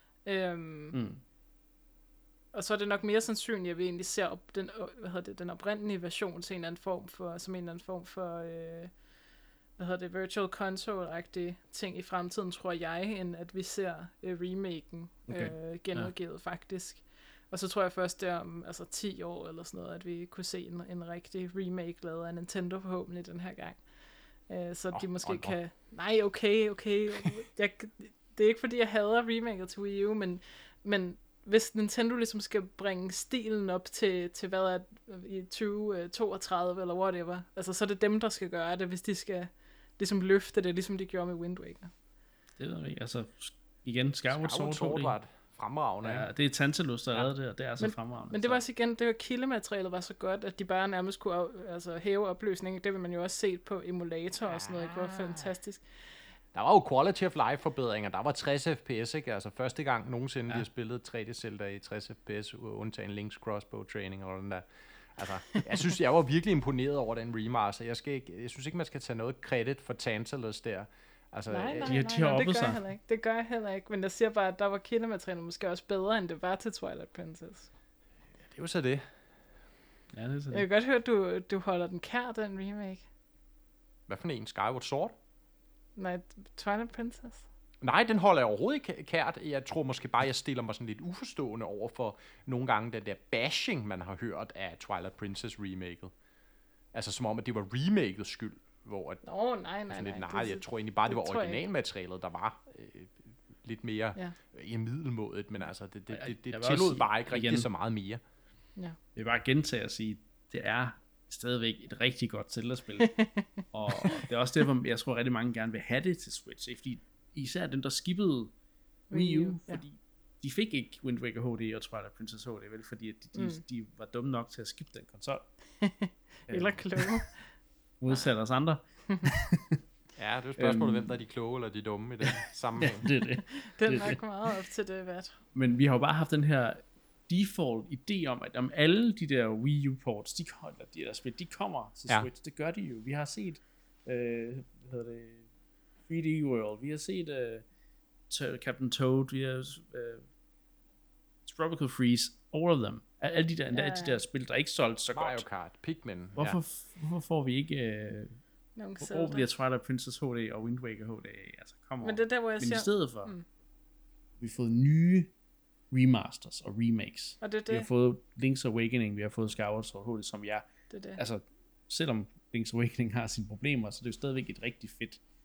Speaker 3: Og så er det nok mere sandsynligt, at vi egentlig ser den oprindelige version til en eller anden form for, virtual console-agtige ting i fremtiden, tror jeg, end at vi ser remaken genudgivet faktisk. Og så tror jeg først, det er om 10 år eller sådan noget, at vi kunne se en rigtig remake lavet af Nintendo forhåbentlig den her gang. Så de måske kan... Nej, okay. Det er ikke fordi, jeg hader remaket til Wii U, men hvis Nintendo ligesom skal bringe stilen op til hvad er i 2032 eller whatever, altså så er det dem, der skal gøre det, hvis de skal ligesom løfte det, ligesom de gjorde med Wind Waker.
Speaker 1: Det ved jeg ikke. Altså, igen, Skyward Sword
Speaker 2: var fremragende.
Speaker 1: Ja, det er Tantalus, der lavede det, og det er altså fremragende.
Speaker 3: Men det var også igen, det var kildematerialet var så godt, at de bare nærmest kunne hæve opløsningen. Det vil man jo også se på emulator og sådan noget. Det var fantastisk.
Speaker 2: Der var jo quality of life forbedringer. Der var 60 fps, ikke? Altså første gang nogensinde, vi har spillet 3D Zelda i 60 fps, undtagen Link's Crossbow Training og den der. Altså, jeg synes, jeg var virkelig imponeret over den remaster. Jeg synes ikke, man skal tage noget credit for Tantalus der. Altså,
Speaker 3: nej,
Speaker 1: de har
Speaker 3: det gør jeg heller ikke. Det gør jeg heller ikke. Men jeg siger bare, at der var kildematerialet måske også bedre, end det var til Twilight Princess.
Speaker 2: Ja, det er jo så det.
Speaker 1: Ja, det er så det.
Speaker 3: Jeg kan godt høre, at du holder den kær, den remake.
Speaker 2: Hvad for en? Skyward Sword?
Speaker 3: Nej, Twilight Princess.
Speaker 2: Nej, den holder jeg overhovedet ikke kært. Jeg tror måske bare, jeg stiller mig sådan lidt uforstående over for nogle gange den der bashing, man har hørt af Twilight Princess remaket. Altså som om, at det var remakets skyld. Hvor at,
Speaker 3: nej.
Speaker 2: Jeg tror egentlig bare, det var originalmaterialet, der var lidt mere middelmådigt, men altså, det tillod bare ikke rigtig så meget mere.
Speaker 1: Ja. Jeg vil bare gentage at sige, det er stadigvæk et rigtig godt Zelda-spil. Og det er også derfor, jeg tror rigtig mange gerne vil have det til Switch. Fordi især dem, der skippede Wii U, fordi de fik ikke Wind Waker HD og Twilight Princess HD, vel? Fordi de var dumme nok til at skippe den konsol.
Speaker 3: Eller kloge.
Speaker 1: Modsat os andre.
Speaker 2: Ja, det er jo spørgsmålet, hvem der er de kloge eller de dumme i den sammenhæng.
Speaker 1: Det er det.
Speaker 3: Den er nok meget op til det, hvad?
Speaker 1: Men vi har jo bare haft den her default idé om, at om alle de der Wii U-ports, de kommer til Switch. Det gør de jo. Vi har set 3D World, vi har set Captain Toad, vi har Tropical Freeze, all of them. Alle de der spil, der ikke solgt så godt.
Speaker 2: Mario Kart, Pikmin.
Speaker 1: Hvorfor får vi ikke hvor bliver Twilight Princess HD og Wind Waker HD? Altså,
Speaker 3: men det er der, hvor jeg siger...
Speaker 1: Men i stedet for, vi har fået nye remasters og remakes.
Speaker 3: Og det.
Speaker 1: Vi har fået Link's Awakening, vi har fået Skyward Sword HD, som jeg...
Speaker 3: Det.
Speaker 1: Altså, selvom Link's Awakening har sine problemer, så det er jo stadigvæk et rigtig fedt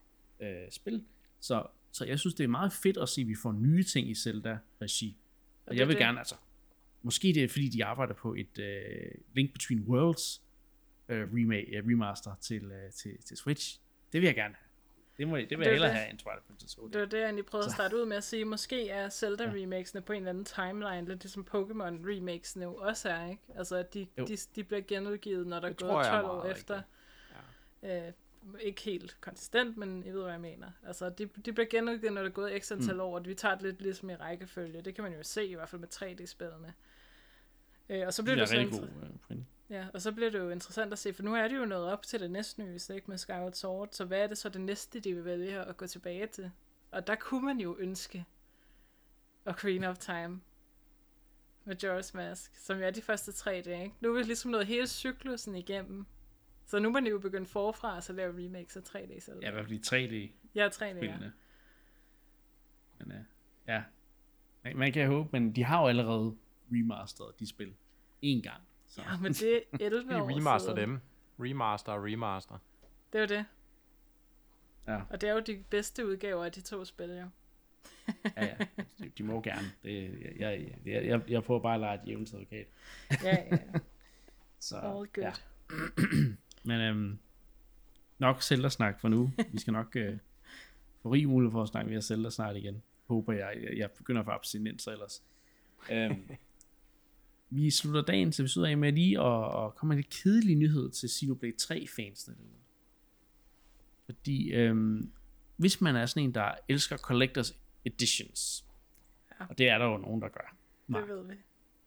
Speaker 1: spil. Så jeg synes, det er meget fedt at se, at vi får nye ting i Zelda-regi. Og jeg vil gerne, altså, måske det er, fordi de arbejder på et Link Between Worlds remaster til Switch. Det vil jeg gerne have. Det vil jeg hellere have end Twilight Princess HD.
Speaker 3: Det var det, jeg egentlig prøvede at starte ud med at sige. Måske er Zelda-remakesene på en eller anden timeline, lidt ligesom Pokémon-remakesene jo også er, ikke? Altså, at de bliver genudgivet, når der er gået 12 år efter. Ikke helt konsistent, men I ved, hvad jeg mener. Altså, de bliver genudgivet, når der er gået x antal år, og vi tager det lidt ligesom i rækkefølge. Det kan man jo se, i hvert fald med 3D-spillene. Og så bliver det jo interessant at se, for nu er det jo nået op til det næste nye, ikke, med Skyward Sword, så hvad er det så det næste, de vil vælge at gå tilbage til? Og der kunne man jo ønske Ocarina of Time med Majora's Mask, som jo er de første 3 dage, ikke? Nu er vi ligesom nået hele cyklusen igennem, så nu er man jo begyndt forfra og så lave remakes af 3D selv.
Speaker 1: Ja, i hvert fald 3D.
Speaker 3: Ja, 3D,
Speaker 1: spillene. Ja. Men ja, man kan håbe, men de har jo allerede remasteret de spil en gang. Så.
Speaker 3: Ja, men det er 11 år
Speaker 2: remaster siden. Remaster.
Speaker 3: Det er jo det.
Speaker 1: Ja.
Speaker 3: Og det er jo de bedste udgaver af de 2 spil, jo.
Speaker 1: Ja, de må gerne. Jeg prøver bare at lege et jævnt advokat.
Speaker 3: Ja.
Speaker 1: Så,
Speaker 3: all good.
Speaker 1: Ja. Men nok Zelda-snak for nu. Vi skal nok få rig mulighed for at snakke mere Zelda snart igen. Håber jeg begynder at få abstinenser ellers. Vi slutter dagens episode af med lige at komme med en lidt kedelig nyhed til Xenoblade 3-fansene derude. Fordi hvis man er sådan en, der elsker Collectors Editions, og det er der jo nogen, der gør.
Speaker 3: Det ved vi.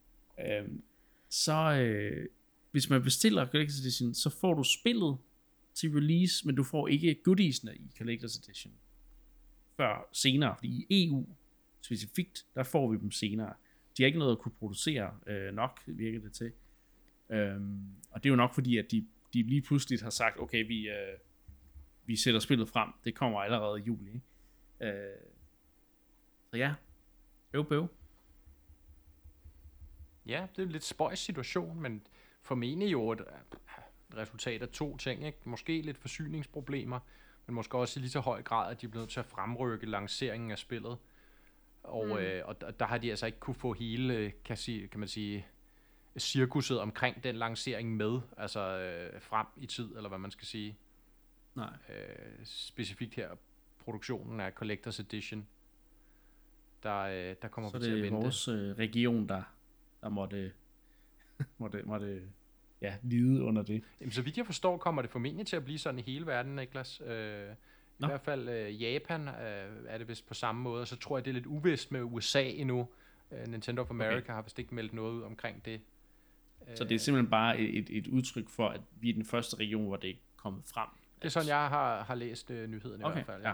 Speaker 1: Så hvis man bestiller Collectors Edition, så får du spillet til release, men du får ikke goodiesne i Collectors Edition før senere, fordi i EU specifikt, der får vi dem senere. De har ikke noget at kunne producere nok, virker det til. Og det er jo nok fordi, at de lige pludselig har sagt, okay, vi sætter spillet frem. Det kommer allerede i juli. Så ja, bøv.
Speaker 2: Ja, det er en lidt spøjs situation, men formentlig jo et resultat af 2 ting. Ikke? Måske lidt forsyningsproblemer, men måske også i lige så høj grad, at de er blevet nødt til at fremrykke lanceringen af spillet. Og der har de altså ikke kunne få hele, kan man sige, cirkuset omkring den lancering med, altså frem i tid, eller hvad man skal sige.
Speaker 1: Nej.
Speaker 2: Specifikt her, produktionen af Collectors Edition, der kommer vi til at vente.
Speaker 1: Så det er vores region, der måtte lide under det.
Speaker 2: Jamen, så vidt jeg forstår, kommer det formentlig til at blive sådan i hele verden, Niklas. I hvert fald Japan er det vist på samme måde, og så tror jeg, det er lidt uvist med USA endnu. Nintendo of America har vist ikke meldt noget ud omkring det.
Speaker 1: Så det er simpelthen bare et udtryk for, at vi er den første region, hvor det er kommet frem.
Speaker 2: Det er sådan, jeg har læst nyheden i hvert fald. Ja.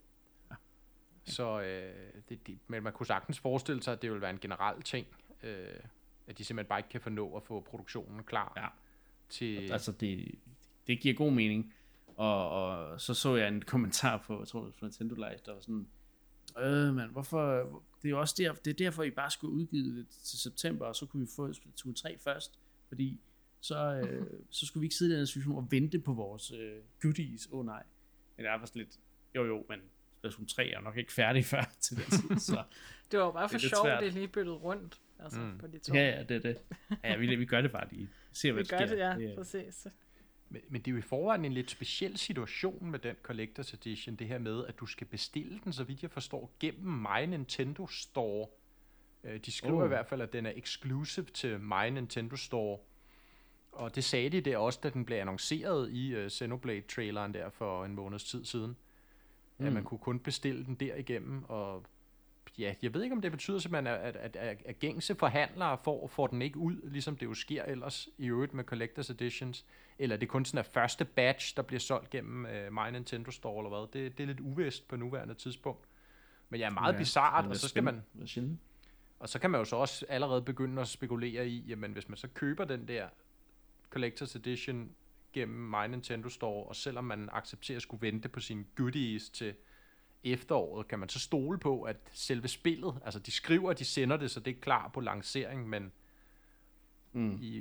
Speaker 2: Så men man kunne sagtens forestille sig, at det vil være en generel ting, at de simpelthen bare ikke kan fornå at få produktionen klar. Til... Altså
Speaker 1: det giver god mening. Og så jeg en kommentar på, jeg tror, på Nintendo Live, der var sådan, man, hvorfor, det er jo også det er derfor, I bare skulle udgive det til september, og så kunne vi få Splatoon 3 først, fordi så skulle vi ikke sidde i den situation og vente på vores goodies. Nej. Men det er faktisk lidt, jo, men Splatoon 3 er nok ikke færdig før til den tid, så
Speaker 3: det var bare for sjovt, det lige byttet rundt, altså på de 2.
Speaker 1: Ja, det er det. Ja, vi gør det bare lige. Se, hvad
Speaker 3: vi gør det, ja, præcis.
Speaker 2: Men det er jo i forvejen en lidt speciel situation med den Collectors Edition, det her med, at du skal bestille den, så vidt jeg forstår, gennem My Nintendo Store. De skriver i hvert fald, at den er exclusive til My Nintendo Store. Og det sagde de der også, da den blev annonceret i Xenoblade-traileren der for en måneds tid siden. At man kunne kun bestille den derigennem, og ja, jeg ved ikke, om det betyder simpelthen, at gængse forhandlere får den ikke ud, ligesom det jo sker ellers i øvrigt med Collectors Editions, eller det er kun sådan en første batch, der bliver solgt gennem My Nintendo Store, eller hvad. Det er lidt uvist på nuværende tidspunkt. Men ja, meget bizarrt, og så skal man... Og så kan man jo så også allerede begynde at spekulere i, jamen hvis man så køber den der Collectors Edition gennem My Nintendo Store, og selvom man accepterer at skulle vente på sine goodies til efteråret, kan man så stole på, at selve spillet, altså de skriver, at de sender det, så det er klar på lancering, men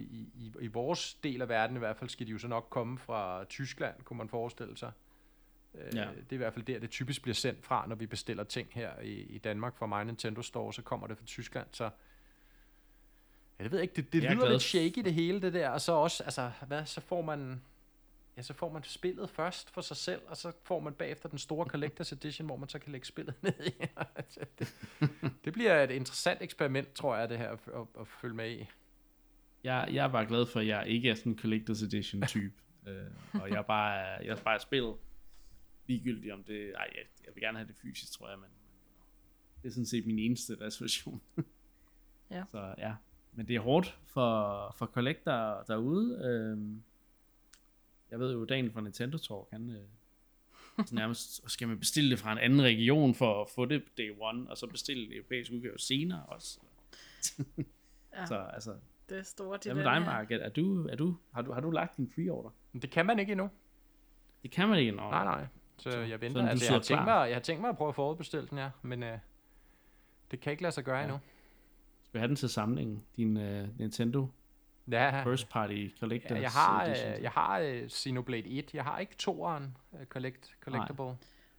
Speaker 2: i vores del af verden i hvert fald, skal de jo så nok komme fra Tyskland, kunne man forestille sig. Det er i hvert fald der, det typisk bliver sendt fra, når vi bestiller ting her i Danmark fra My Nintendo Store, så kommer det fra Tyskland, så jeg ved ikke, det lyder lidt shaky det hele, det der, og så også, altså, så får man spillet først for sig selv, og så får man bagefter den store Collector's Edition, hvor man så kan lægge spillet ned i. Det bliver et interessant eksperiment, tror jeg, det her, at følge med i.
Speaker 1: Jeg er bare glad for, at jeg ikke er sådan en Collector's Edition type, og jeg er bare spillet ligegyldigt om det. Jeg vil gerne have det fysisk, tror jeg, men det er sådan set min eneste reservation.
Speaker 3: Ja.
Speaker 1: Så ja, men det er hårdt for collector derude. Jeg ved jo, Daniel fra Nintendo Talk, han så nærmest skal man bestille det fra en anden region for at få det day one, og så bestille det europæiske udgave senere også.
Speaker 3: Ja.
Speaker 1: Så altså,
Speaker 3: det er store
Speaker 1: dilemma. Hvad med dig, Mark? Har du lagt din pre-order?
Speaker 2: Det kan man ikke endnu.
Speaker 1: Det kan man ikke endnu?
Speaker 2: Nej. Så jeg venter. Altså, jeg har tænkt mig at prøve at forudbestille den, ja. Men det kan ikke lade sig gøre endnu.
Speaker 1: Skal vi have den til samlingen? Din Nintendo First Party Collector?
Speaker 2: Jeg har Xenoblade 1. Jeg har ikke 2'eren Collectible.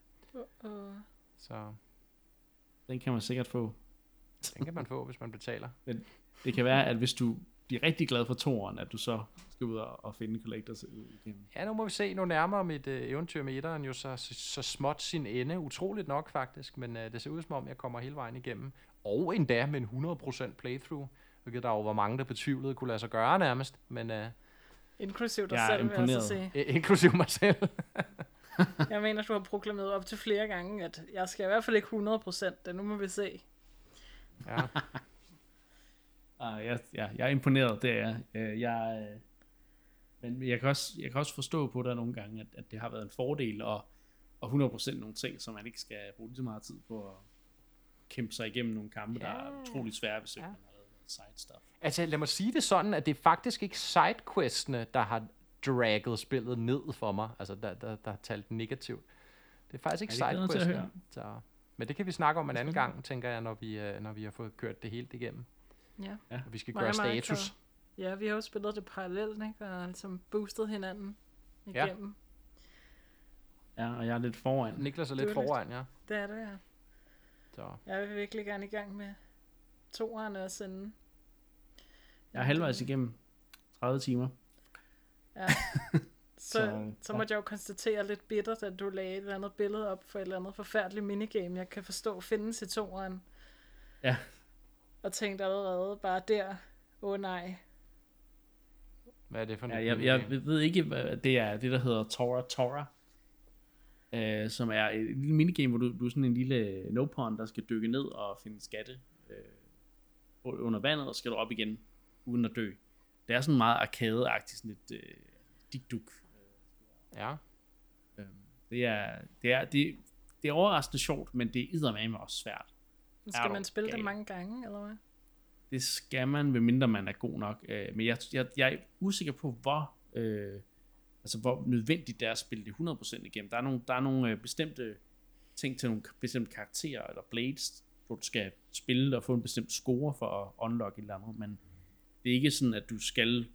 Speaker 2: Så
Speaker 1: den kan man sikkert få.
Speaker 2: Den kan man få, hvis man betaler.
Speaker 1: Men det kan være, at hvis du bliver rigtig glad for 2'eren, at du så skal ud og finde Collectors igen.
Speaker 2: Ja, nu må vi se. Nu nærmer mit eventyr med 1'eren jo så småt sin ende. Utroligt nok faktisk, men det ser ud som om, jeg kommer hele vejen igennem. Og endda med en 100% playthrough, hvilket der jo var mange, der betvivlede kunne lade sig gøre nærmest. Men,
Speaker 3: inklusiv dig selv, vil jeg så sige.
Speaker 2: Inklusiv mig selv.
Speaker 3: Jeg mener, du har proklameret op til flere gange, at jeg skal i hvert fald ikke 100%. Det nu må vi se.
Speaker 2: Ja.
Speaker 1: Jeg er imponeret, det er jeg. Men jeg kan også forstå på dig nogle gange, at det har været en fordel, og 100% nogle ting, som man ikke skal bruge lige så meget tid på at kæmpe sig igennem nogle kampe, der er utroligt svære, hvis ikke man har lavet side stuff.
Speaker 2: Altså lad mig sige det sådan, at det er faktisk ikke sidequestene, der har dragget spillet ned for mig, altså der har talt negativt. Det er faktisk ikke sidequestene. Men det kan vi snakke om en anden gang, tænker jeg, når vi har fået kørt det helt igennem.
Speaker 3: Ja.
Speaker 2: Og vi skal gøre status.
Speaker 3: Ja, vi har jo spillet det parallelt, ikke? Og ligesom boostet hinanden igennem.
Speaker 1: Ja, og jeg er lidt foran.
Speaker 2: Niklas er lidt foran, ja.
Speaker 3: Det er det, ja.
Speaker 2: Så.
Speaker 3: Jeg vil virkelig gerne i gang med 2'erne og sende.
Speaker 1: Jeg er halvvejs igennem 30 timer.
Speaker 3: Ja. Så måtte jeg jo konstatere lidt bittert, at du lagde et eller andet billede op for et eller andet forfærdeligt minigame, jeg kan forstå findes i 2'eren.
Speaker 1: Ja.
Speaker 3: Og tænkte allerede bare der, nej.
Speaker 2: Hvad er det for noget?
Speaker 1: Jeg ved ikke, hvad det er. Det, der hedder Tora. Som er et lille minigame, hvor du er sådan en lille no-pond, der skal dykke ned og finde skatte under vandet, og skal du op igen, uden at dø. Det er sådan meget arcade-agtigt, sådan lidt dikduk.
Speaker 2: Ja.
Speaker 1: Det er overraskende sjovt, men det er eddermame også svært.
Speaker 3: Skal man spille det mange gange, eller hvad?
Speaker 1: Det skal man, medmindre man er god nok. Men jeg er usikker på, hvor nødvendigt det er at spille det 100% igennem. Der er nogle bestemte ting til nogle bestemte karakterer, eller blades, hvor du skal spille og få en bestemt score for at unlock et eller andet, men det er ikke sådan, at du skal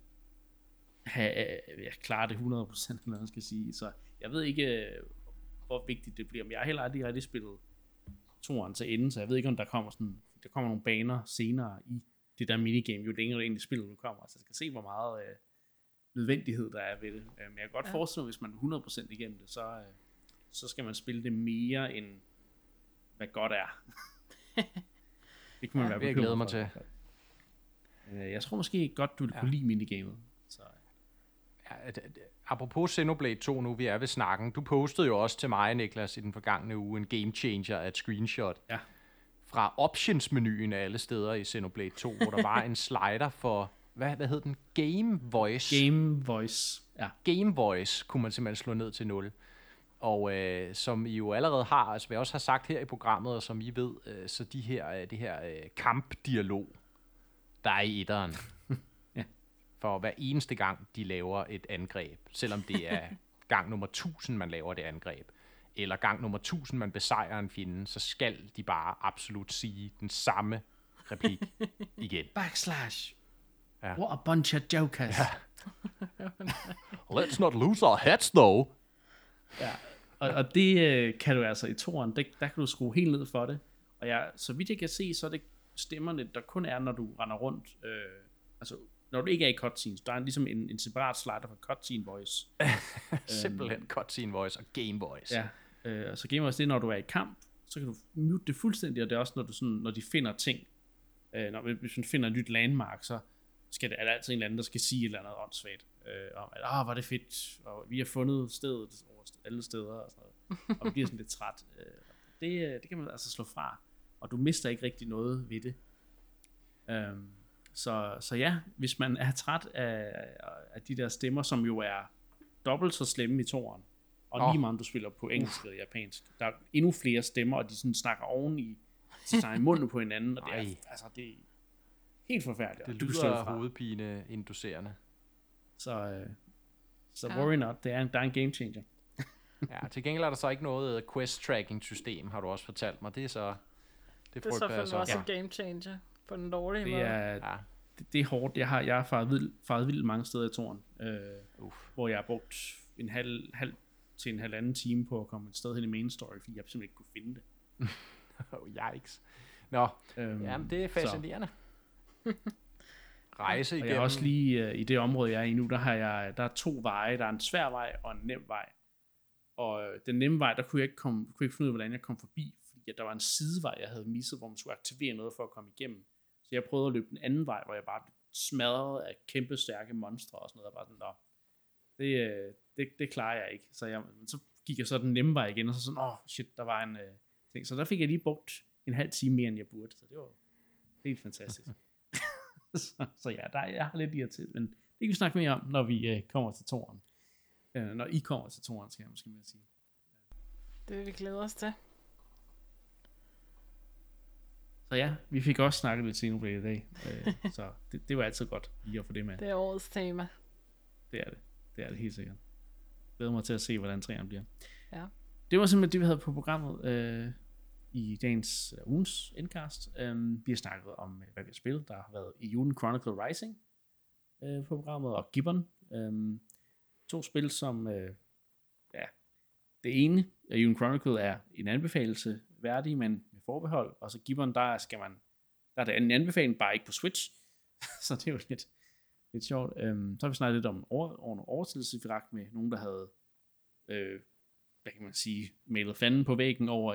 Speaker 1: klare det 100%, eller hvad man skal sige. Så jeg ved ikke, hvor vigtigt det bliver, men jeg har heller aldrig rigtig spillet 2'eren til enden, så jeg ved ikke, om der kommer nogle baner senere i det der minigame, jo længere egentlig spillet nu kommer, så jeg skal se, hvor meget nødvendighed der er ved det. Men jeg kan godt forestille mig, hvis man er 100% igennem det, så skal man spille det mere end hvad godt er. Det kan man være
Speaker 2: bekymret for. Jeg glæder mig til.
Speaker 1: Jeg tror måske godt, du vil kunne lide minigamet. Så.
Speaker 2: Apropos Xenoblade 2 nu, vi er ved snakken. Du postede jo også til mig, Niklas, i den forgangne uge en game changer af et screenshot.
Speaker 1: Ja.
Speaker 2: Fra options-menuen af alle steder i Xenoblade 2, hvor der var en slider for, hvad hed den? Game Voice.
Speaker 1: Game Voice, ja.
Speaker 2: Game Voice kunne man simpelthen slå ned til 0. Og som I jo allerede har, altså vi også har sagt her i programmet, og som I ved, så det her kampdialog, der er i 1'eren. For hver eneste gang, de laver et angreb, selvom det er gang nummer 1000, man laver det angreb, eller gang nummer 1000, man besejrer en fjende, så skal de bare absolut sige den samme replik igen.
Speaker 1: Backslash. Ja. What a bunch of jokers.
Speaker 2: Ja. Let's not lose our heads, though.
Speaker 1: Ja. Og det kan du altså i toren, der kan du skrue helt ned for det. Og så vidt jeg kan se, så er det stemmerne, der kun er, når du render rundt. Altså, når du ikke er i cutscenes. Der er ligesom en separat slider for cutscene voice.
Speaker 2: Simpelthen cutscene voice og game voice.
Speaker 1: Ja, så game voice, det er, når du er i kamp, så kan du mute det fuldstændig, og det er også, når de finder ting. Hvis man finder et nyt landmark, så er der altid en eller anden, der skal sige et eller andet åndssvagt. Om at, var det fedt, og vi har fundet stedet over alle steder, og sådan noget. Og vi bliver sådan lidt træt. Det kan man altså slå fra, og du mister ikke rigtig noget ved det. Så ja, hvis man er træt af de der stemmer, som jo er dobbelt så slemme i toren, og lige meget du spiller på engelsk eller japansk, der er endnu flere stemmer, og de sådan snakker oven i munden på hinanden, og det er helt forfærdeligt.
Speaker 2: Det lyder hovedpine-inducerende.
Speaker 1: Så worry not, der er en game changer.
Speaker 2: Ja, til gengæld er der så ikke noget quest-tracking-system, har du også fortalt mig. Det er så
Speaker 3: også en game changer på den dårlige måde.
Speaker 1: Det er hårdt. Jeg har faret vildt mange steder i toren, hvor jeg har brugt en halv til en halvanden time på at komme et sted hen i main story, fordi jeg simpelthen ikke kunne finde det.
Speaker 2: Yikes. Nå, jamen det er fascinerende. Rejse igennem.
Speaker 1: Og jeg er også lige i det område, jeg er i nu, der er 2 veje. Der er en svær vej og en nem vej. Og den nemme vej, der kunne jeg ikke finde ud af, hvordan jeg kom forbi, fordi der var en sidevej, jeg havde misset, hvor man skulle aktivere noget for at komme igennem. Så jeg prøvede at løbe den anden vej, hvor jeg bare blev smadret af kæmpe stærke monstre og sådan noget. Jeg bare sådan, det klarer jeg ikke. Så gik jeg så den nemme vej igen, og så sådan, shit, der var en ting. Så der fik jeg lige brugt en halv time mere, end jeg burde. Så det var helt fantastisk. så ja, jeg har lidt irriteret, men det kan vi snakke mere om, når vi kommer til toren. Når I kommer til toren, skal jeg måske mere sige.
Speaker 3: Det vil vi glæde os til.
Speaker 1: Så ja, vi fik også snakket lidt Xenoblade i dag, så det var altid godt lige at få det med.
Speaker 3: Det er årets tema.
Speaker 1: Det er det helt sikkert. Glæder mig til at se, hvordan træerne bliver.
Speaker 3: Ja.
Speaker 1: Det var simpelthen det, vi havde på programmet i dagens ugens endcast. Vi har snakket om, hvad vi har spillet. Der har været Eiyuden Chronicle Rising på programmet, og Gibbon. 2 spil, som det ene, Eiyuden Chronicle, er en anbefalelse værdig, men med forbehold, og så Gibbon, der er det en anbefaling, bare ikke på Switch, så det er jo lidt sjovt. Så har vi snakket lidt om oversættelsesvirak med nogen, der havde hvad kan man sige, malet fanden på væggen over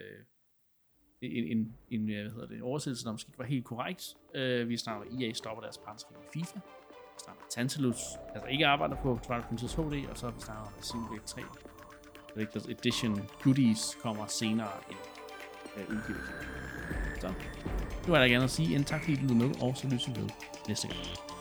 Speaker 1: en oversættelse, der måske ikke var helt korrekt. Vi snakker EA stopper deres partnerskab i FIFA. Vi snakker Tantalus, altså ikke arbejder på Twilight Princess HD, og så har vi snakket om Xenoblade 3. Collector's Edition goodies kommer senere end udgivelsen. Så, nu er der ikke andet at sige, end tak fordi I lyttede med, og så lyser vi ved næste gang.